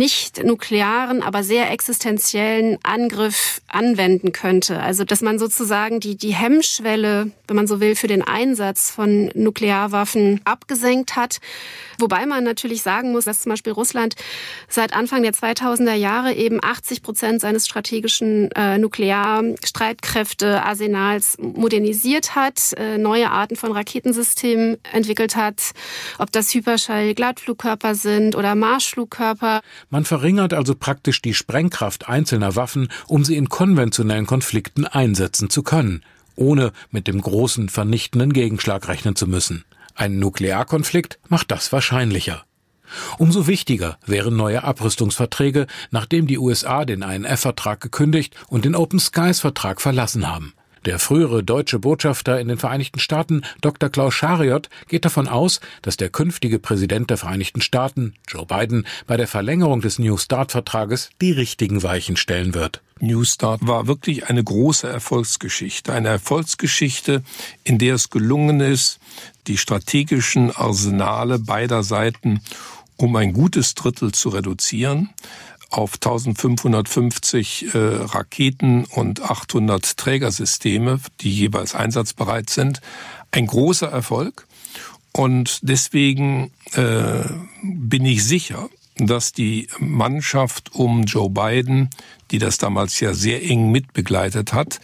nuklearen, aber sehr existenziellen Angriff anwenden könnte. Also dass man sozusagen die, die Hemmschwelle, wenn man so will, für den Einsatz von Nuklearwaffen abgesenkt hat. Wobei man natürlich sagen muss, dass zum Beispiel Russland seit Anfang der zweitausender Jahre eben achtzig Prozent seines strategischen äh, Nuklearstreitkräftearsenals modernisiert hat, äh, neue Arten von Raketensystemen entwickelt hat, ob das Hyperschall-Gleitflugkörper sind oder Marschflugkörper. Man verringert also praktisch die Sprengkraft einzelner Waffen, um sie in konventionellen Konflikten einsetzen zu können, ohne mit dem großen vernichtenden Gegenschlag rechnen zu müssen. Ein Nuklearkonflikt macht das wahrscheinlicher. Umso wichtiger wären neue Abrüstungsverträge, nachdem die U S A den I N F-Vertrag gekündigt und den Open Skies-Vertrag verlassen haben. Der frühere deutsche Botschafter in den Vereinigten Staaten, Doktor Klaus Schariot, geht davon aus, dass der künftige Präsident der Vereinigten Staaten, Joe Biden, bei der Verlängerung des New Start-Vertrages die richtigen Weichen stellen wird. New Start war wirklich eine große Erfolgsgeschichte. Eine Erfolgsgeschichte, in der es gelungen ist, die strategischen Arsenale beider Seiten um ein gutes Drittel zu reduzieren, auf eintausendfünfhundertfünfzig äh, Raketen und achthundert Trägersysteme, die jeweils einsatzbereit sind. Ein großer Erfolg. Und deswegen äh, bin ich sicher, dass die Mannschaft um Joe Biden, die das damals ja sehr eng mitbegleitet hat,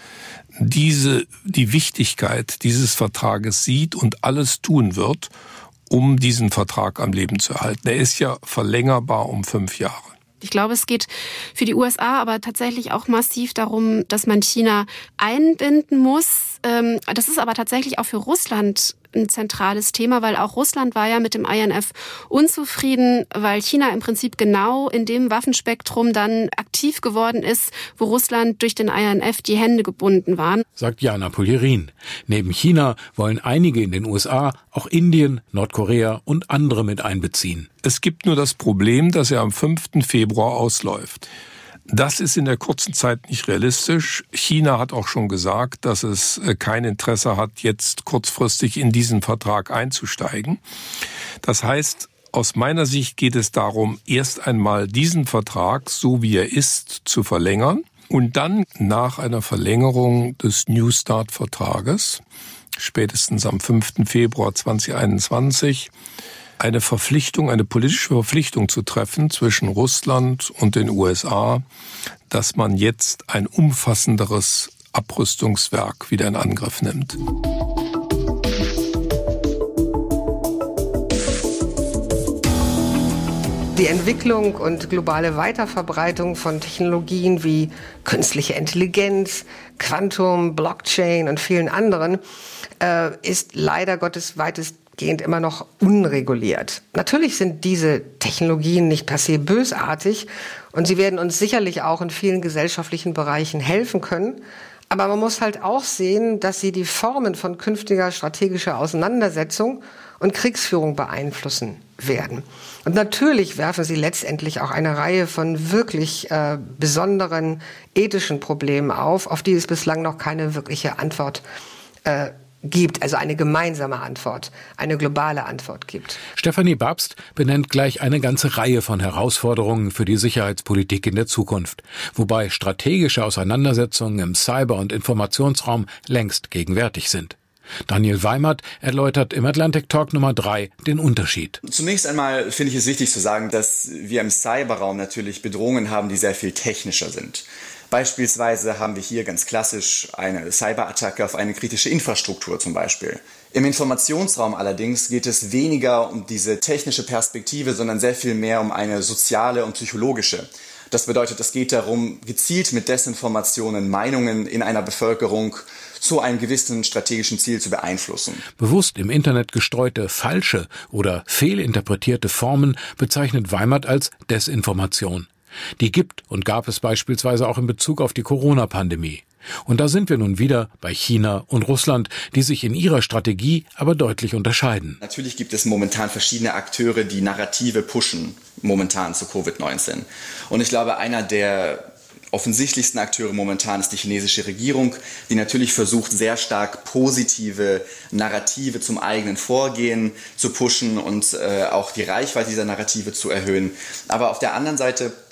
diese, die Wichtigkeit dieses Vertrages sieht und alles tun wird, um diesen Vertrag am Leben zu erhalten. Er ist ja verlängerbar um fünf Jahre. Ich glaube, es geht für die U S A aber tatsächlich auch massiv darum, dass man China einbinden muss. Das ist aber tatsächlich auch für Russland ein zentrales Thema, weil auch Russland war ja mit dem I N F unzufrieden, weil China im Prinzip genau in dem Waffenspektrum dann aktiv geworden ist, wo Russland durch den I N F die Hände gebunden waren. Sagt Jana Pulierin. Neben China wollen einige in den U S A auch Indien, Nordkorea und andere mit einbeziehen. Es gibt nur das Problem, dass er am fünften Februar ausläuft. Das ist in der kurzen Zeit nicht realistisch. China hat auch schon gesagt, dass es kein Interesse hat, jetzt kurzfristig in diesen Vertrag einzusteigen. Das heißt, aus meiner Sicht geht es darum, erst einmal diesen Vertrag, so wie er ist, zu verlängern und dann nach einer Verlängerung des New Start-Vertrages, spätestens am fünften Februar zweitausendeinundzwanzig, eine Verpflichtung, eine politische Verpflichtung zu treffen zwischen Russland und den U S A, dass man jetzt ein umfassenderes Abrüstungswerk wieder in Angriff nimmt. Die Entwicklung und globale Weiterverbreitung von Technologien wie künstliche Intelligenz, Quantum, Blockchain und vielen anderen äh, ist leider Gottes weitestgehend immer noch unreguliert. Natürlich sind diese Technologien nicht per se bösartig und sie werden uns sicherlich auch in vielen gesellschaftlichen Bereichen helfen können. Aber man muss halt auch sehen, dass sie die Formen von künftiger strategischer Auseinandersetzung und Kriegsführung beeinflussen werden. Und natürlich werfen sie letztendlich auch eine Reihe von wirklich äh, besonderen ethischen Problemen auf, auf die es bislang noch keine wirkliche Antwort äh, gibt, also eine gemeinsame Antwort, eine globale Antwort gibt. Stefanie Babst benennt gleich eine ganze Reihe von Herausforderungen für die Sicherheitspolitik in der Zukunft, wobei strategische Auseinandersetzungen im Cyber- und Informationsraum längst gegenwärtig sind. Daniel Weimert erläutert im Atlantic Talk Nummer drei den Unterschied. Zunächst einmal finde ich es wichtig zu sagen, dass wir im Cyberraum natürlich Bedrohungen haben, die sehr viel technischer sind. Beispielsweise haben wir hier ganz klassisch eine Cyberattacke auf eine kritische Infrastruktur zum Beispiel. Im Informationsraum allerdings geht es weniger um diese technische Perspektive, sondern sehr viel mehr um eine soziale und psychologische. Das bedeutet, es geht darum, gezielt mit Desinformationen Meinungen in einer Bevölkerung zu einem gewissen strategischen Ziel zu beeinflussen. Bewusst im Internet gestreute falsche oder fehlinterpretierte Formen bezeichnet Weimert als Desinformation. Die gibt und gab es beispielsweise auch in Bezug auf die Corona-Pandemie. Und da sind wir nun wieder bei China und Russland, die sich in ihrer Strategie aber deutlich unterscheiden. Natürlich gibt es momentan verschiedene Akteure, die Narrative pushen, momentan zu Covid neunzehn. Und ich glaube, einer der offensichtlichsten Akteure momentan ist die chinesische Regierung, die natürlich versucht, sehr stark positive Narrative zum eigenen Vorgehen zu pushen und äh, auch die Reichweite dieser Narrative zu erhöhen. Aber auf der anderen Seite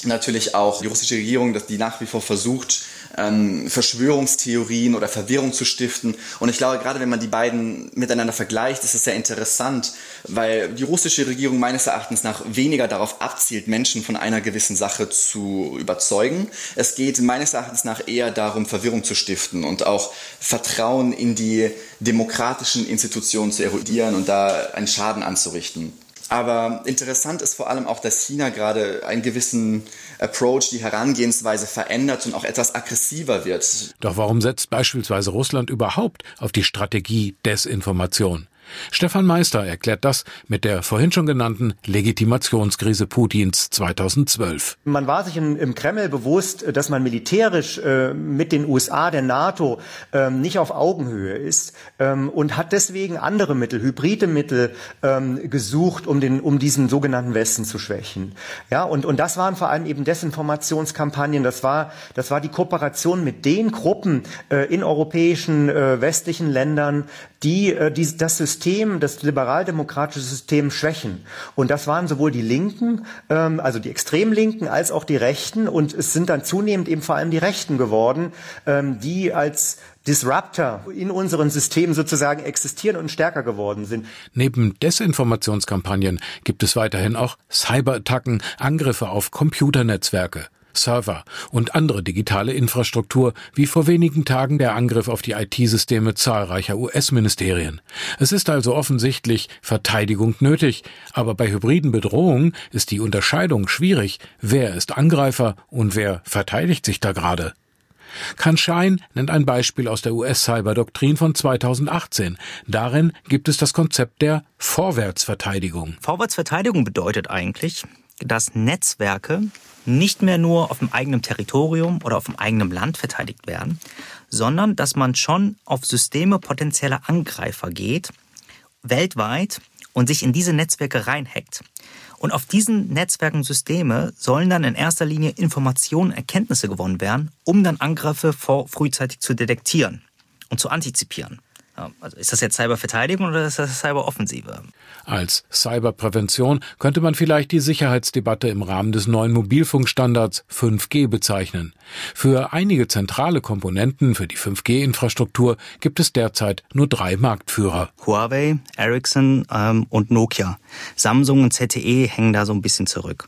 natürlich auch die russische Regierung, dass die nach wie vor versucht, ähm, Verschwörungstheorien oder Verwirrung zu stiften. Und ich glaube, gerade wenn man die beiden miteinander vergleicht, ist es sehr interessant, weil die russische Regierung meines Erachtens nach weniger darauf abzielt, Menschen von einer gewissen Sache zu überzeugen. Es geht meines Erachtens nach eher darum, Verwirrung zu stiften und auch Vertrauen in die demokratischen Institutionen zu erodieren und da einen Schaden anzurichten. Aber interessant ist vor allem auch, dass China gerade einen gewissen Approach, die Herangehensweise verändert und auch etwas aggressiver wird. Doch warum setzt beispielsweise Russland überhaupt auf die Strategie Desinformation? Stefan Meister erklärt das mit der vorhin schon genannten Legitimationskrise Putins zweitausendzwölf. Man war sich in, im Kreml bewusst, dass man militärisch äh, mit den U S A, der NATO, ähm, nicht auf Augenhöhe ist ähm, und hat deswegen andere Mittel, hybride Mittel ähm, gesucht, um, den, um diesen sogenannten Westen zu schwächen. Ja, und, und das waren vor allem eben Desinformationskampagnen. Das war, das war die Kooperation mit den Gruppen äh, in europäischen, äh, westlichen Ländern, die, äh, die das System, das liberaldemokratische System schwächen. Und das waren sowohl die Linken, ähm, also die Extremlinken, als auch die Rechten. Und es sind dann zunehmend eben vor allem die Rechten geworden, ähm, die als Disruptor in unseren Systemen sozusagen existieren und stärker geworden sind. Neben Desinformationskampagnen gibt es weiterhin auch Cyberattacken, Angriffe auf Computernetzwerke, Server und andere digitale Infrastruktur, wie vor wenigen Tagen der Angriff auf die I T-Systeme zahlreicher U S-Ministerien. Es ist also offensichtlich Verteidigung nötig, aber bei hybriden Bedrohungen ist die Unterscheidung schwierig. Wer ist Angreifer und wer verteidigt sich da gerade? Khan Schein nennt ein Beispiel aus der U S-Cyberdoktrin von zweitausendachtzehn. Darin gibt es das Konzept der Vorwärtsverteidigung. Vorwärtsverteidigung bedeutet eigentlich, dass Netzwerke nicht mehr nur auf dem eigenen Territorium oder auf dem eigenen Land verteidigt werden, sondern dass man schon auf Systeme potenzieller Angreifer geht, weltweit, und sich in diese Netzwerke reinhackt. Und auf diesen Netzwerken Systeme sollen dann in erster Linie Informationen, Erkenntnisse gewonnen werden, um dann Angriffe vor, frühzeitig zu detektieren und zu antizipieren. Also ist das jetzt Cyberverteidigung oder ist das Cyberoffensive? Als Cyberprävention könnte man vielleicht die Sicherheitsdebatte im Rahmen des neuen Mobilfunkstandards fünf G bezeichnen. Für einige zentrale Komponenten für die fünf G-Infrastruktur gibt es derzeit nur drei Marktführer. Huawei, Ericsson ähm, und Nokia. Samsung und Z T E hängen da so ein bisschen zurück.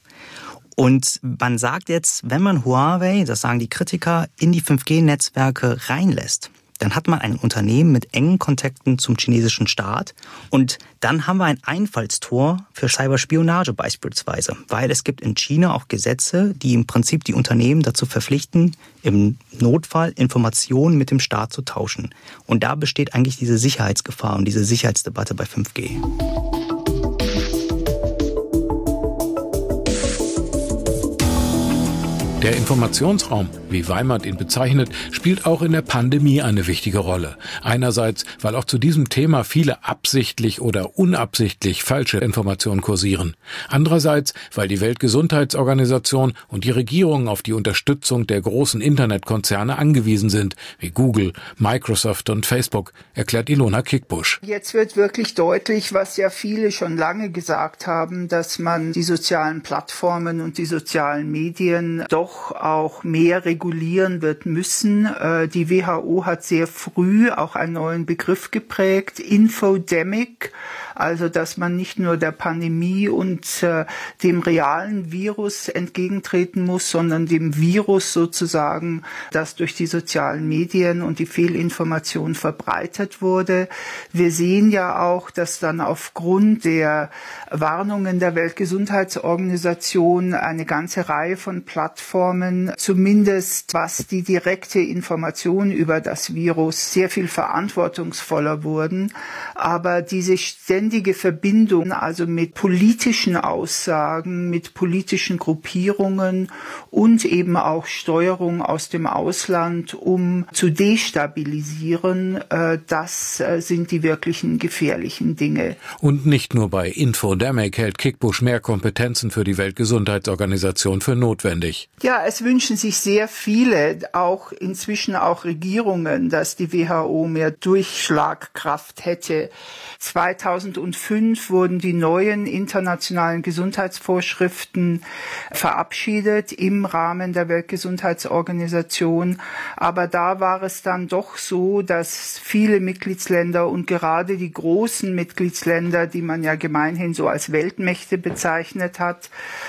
Und man sagt jetzt, wenn man Huawei, das sagen die Kritiker, in die fünf G-Netzwerke reinlässt, dann hat man ein Unternehmen mit engen Kontakten zum chinesischen Staat und dann haben wir ein Einfallstor für Cyberspionage beispielsweise, weil es gibt in China auch Gesetze, die im Prinzip die Unternehmen dazu verpflichten, im Notfall Informationen mit dem Staat zu tauschen. Und da besteht eigentlich diese Sicherheitsgefahr und diese Sicherheitsdebatte bei fünf G. Der Informationsraum, wie Weimert ihn bezeichnet, spielt auch in der Pandemie eine wichtige Rolle. Einerseits, weil auch zu diesem Thema viele absichtlich oder unabsichtlich falsche Informationen kursieren. Andererseits, weil die Weltgesundheitsorganisation und die Regierungen auf die Unterstützung der großen Internetkonzerne angewiesen sind, wie Google, Microsoft und Facebook, erklärt Ilona Kickbusch. Jetzt wird wirklich deutlich, was ja viele schon lange gesagt haben, dass man die sozialen Plattformen und die sozialen Medien doch auch mehr regulieren wird müssen. Die W H O hat sehr früh auch einen neuen Begriff geprägt, Infodemic, also dass man nicht nur der Pandemie und äh, dem realen Virus entgegentreten muss, sondern dem Virus sozusagen, das durch die sozialen Medien und die Fehlinformation verbreitet wurde. Wir sehen ja auch, dass dann aufgrund der Warnungen der Weltgesundheitsorganisation eine ganze Reihe von Plattformen, zumindest was die direkte Information über das Virus, sehr viel verantwortungsvoller wurden. Aber diese ständige Verbindung, also mit politischen Aussagen, mit politischen Gruppierungen und eben auch Steuerung aus dem Ausland, um zu destabilisieren, das sind die wirklichen gefährlichen Dinge. Und nicht nur bei Infodemic hält Kickbusch mehr Kompetenzen für die Weltgesundheitsorganisation für notwendig. Ja, es wünschen sich sehr viele, auch inzwischen auch Regierungen, dass die W H O mehr Durchschlagkraft hätte. zweitausendfünf wurden die neuen internationalen Gesundheitsvorschriften verabschiedet im Rahmen der Weltgesundheitsorganisation. Aber da war es dann doch so, dass viele Mitgliedsländer und gerade die großen Mitgliedsländer, die man ja gemeinhin so als Weltmächte bezeichnet hat,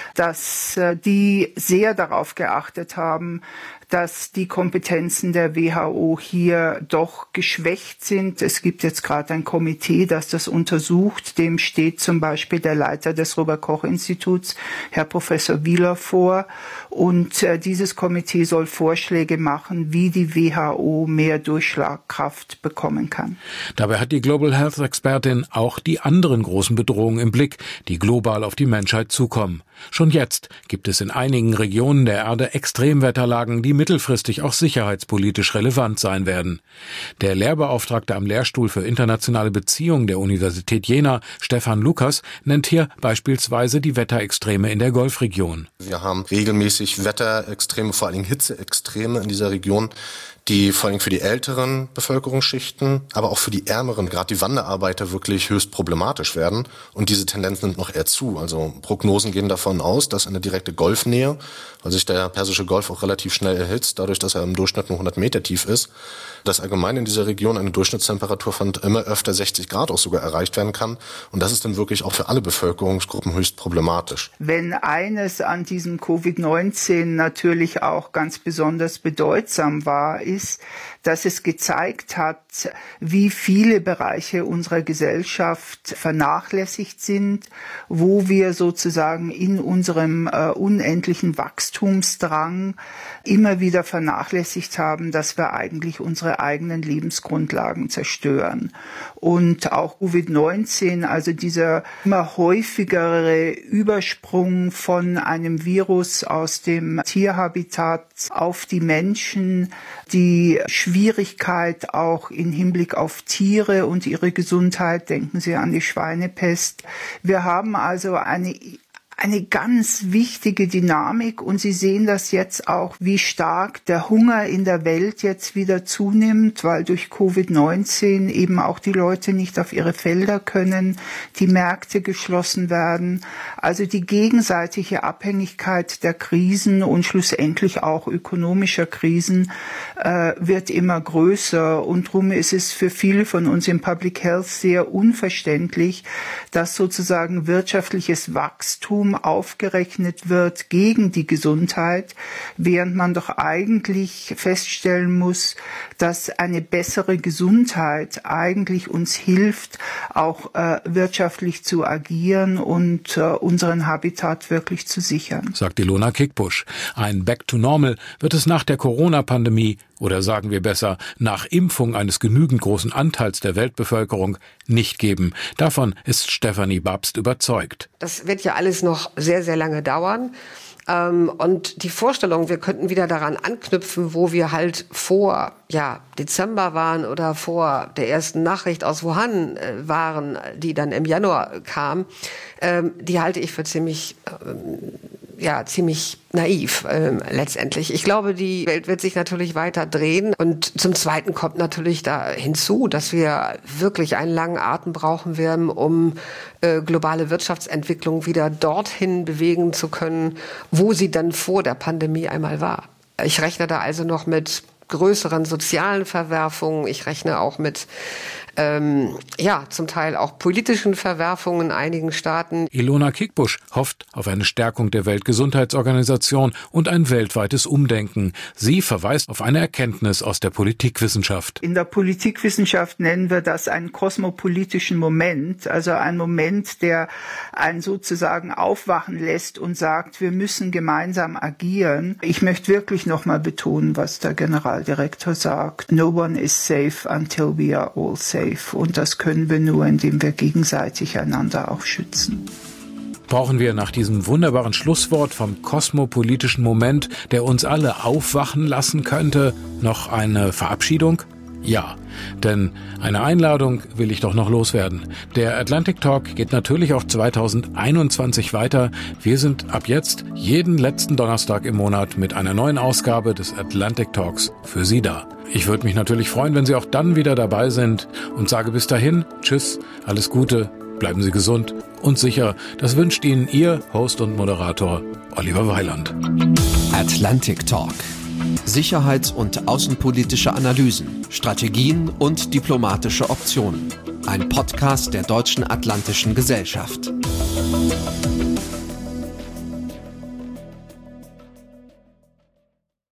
dass die sehr darauf geachtet haben, dass die Kompetenzen der W H O hier doch geschwächt sind. Es gibt jetzt gerade ein Komitee, das das untersucht. Dem steht zum Beispiel der Leiter des Robert-Koch-Instituts, Herr Professor Wieler, vor. Und äh, dieses Komitee soll Vorschläge machen, wie die W H O mehr Durchschlagkraft bekommen kann. Dabei hat die Global Health-Expertin auch die anderen großen Bedrohungen im Blick, die global auf die Menschheit zukommen. Schon jetzt gibt es in einigen Regionen der Erde Extremwetterlagen, die mittelfristig auch sicherheitspolitisch relevant sein werden. Der Lehrbeauftragte am Lehrstuhl für internationale Beziehungen der Universität Jena, Stefan Lukas, nennt hier beispielsweise die Wetterextreme in der Golfregion. Wir haben regelmäßig Wetterextreme, vor allem Hitzeextreme in dieser Region, die vor allem für die älteren Bevölkerungsschichten, aber auch für die ärmeren, gerade die Wanderarbeiter, wirklich höchst problematisch werden. Und diese Tendenz nimmt noch eher zu. Also Prognosen gehen davon aus, dass eine direkte Golfnähe, weil sich der Persische Golf auch relativ schnell erhitzt, dadurch, dass er im Durchschnitt nur hundert Meter tief ist, dass allgemein in dieser Region eine Durchschnittstemperatur von immer öfter sechzig Grad auch sogar erreicht werden kann. Und das ist dann wirklich auch für alle Bevölkerungsgruppen höchst problematisch. Wenn eines an diesem Covid neunzehn natürlich auch ganz besonders bedeutsam war, ist, dass es gezeigt hat, wie viele Bereiche unserer Gesellschaft vernachlässigt sind, wo wir sozusagen in unserem äh, unendlichen Wachstumsdrang immer wieder vernachlässigt haben, dass wir eigentlich unsere eigenen Lebensgrundlagen zerstören. Und auch Covid neunzehn, also dieser immer häufigere Übersprung von einem Virus aus dem Tierhabitat auf die Menschen, die Schwierigkeit auch im Hinblick auf Tiere und ihre Gesundheit, denken Sie an die Schweinepest. Wir haben also eine Eine ganz wichtige Dynamik und Sie sehen das jetzt auch, wie stark der Hunger in der Welt jetzt wieder zunimmt, weil durch Covid neunzehn eben auch die Leute nicht auf ihre Felder können, die Märkte geschlossen werden. Also die gegenseitige Abhängigkeit der Krisen und schlussendlich auch ökonomischer Krisen äh, wird immer größer und darum ist es für viele von uns im Public Health sehr unverständlich, dass sozusagen wirtschaftliches Wachstum aufgerechnet wird gegen die Gesundheit, während man doch eigentlich feststellen muss, dass eine bessere Gesundheit eigentlich uns hilft, auch äh, wirtschaftlich zu agieren und äh, unseren Habitat wirklich zu sichern. Sagt Ilona Kickbusch. Ein Back to Normal wird es nach der Corona-Pandemie oder sagen wir besser, nach Impfung eines genügend großen Anteils der Weltbevölkerung nicht geben. Davon ist Stefanie Babst überzeugt. Das wird ja alles noch sehr, sehr lange dauern. Und die Vorstellung, wir könnten wieder daran anknüpfen, wo wir halt vor ja, Dezember waren oder vor der ersten Nachricht aus Wuhan waren, die dann im Januar kam, die halte ich für ziemlich, ja, ziemlich naiv ähm, letztendlich. Ich glaube, die Welt wird sich natürlich weiter drehen. Und zum Zweiten kommt natürlich da hinzu, dass wir wirklich einen langen Atem brauchen werden, um äh, globale Wirtschaftsentwicklung wieder dorthin bewegen zu können, wo sie dann vor der Pandemie einmal war. Ich rechne da also noch mit größeren sozialen Verwerfungen. Ich rechne auch mit Ähm, ja, zum Teil auch politischen Verwerfungen in einigen Staaten. Ilona Kickbusch hofft auf eine Stärkung der Weltgesundheitsorganisation und ein weltweites Umdenken. Sie verweist auf eine Erkenntnis aus der Politikwissenschaft. In der Politikwissenschaft nennen wir das einen kosmopolitischen Moment, also einen Moment, der einen sozusagen aufwachen lässt und sagt, wir müssen gemeinsam agieren. Ich möchte wirklich nochmal betonen, was der Generaldirektor sagt. No one is safe until we are all safe. Und das können wir nur, indem wir gegenseitig einander auch schützen. Brauchen wir nach diesem wunderbaren Schlusswort vom kosmopolitischen Moment, der uns alle aufwachen lassen könnte, noch eine Verabschiedung? Ja, denn eine Einladung will ich doch noch loswerden. Der Atlantic Talk geht natürlich auch zweitausendeinundzwanzig weiter. Wir sind ab jetzt jeden letzten Donnerstag im Monat mit einer neuen Ausgabe des Atlantic Talks für Sie da. Ich würde mich natürlich freuen, wenn Sie auch dann wieder dabei sind und sage bis dahin, tschüss, alles Gute, bleiben Sie gesund und sicher. Das wünscht Ihnen Ihr Host und Moderator Oliver Weiland. Atlantic Talk. Sicherheits- und außenpolitische Analysen, Strategien und diplomatische Optionen. Ein Podcast der Deutschen Atlantischen Gesellschaft.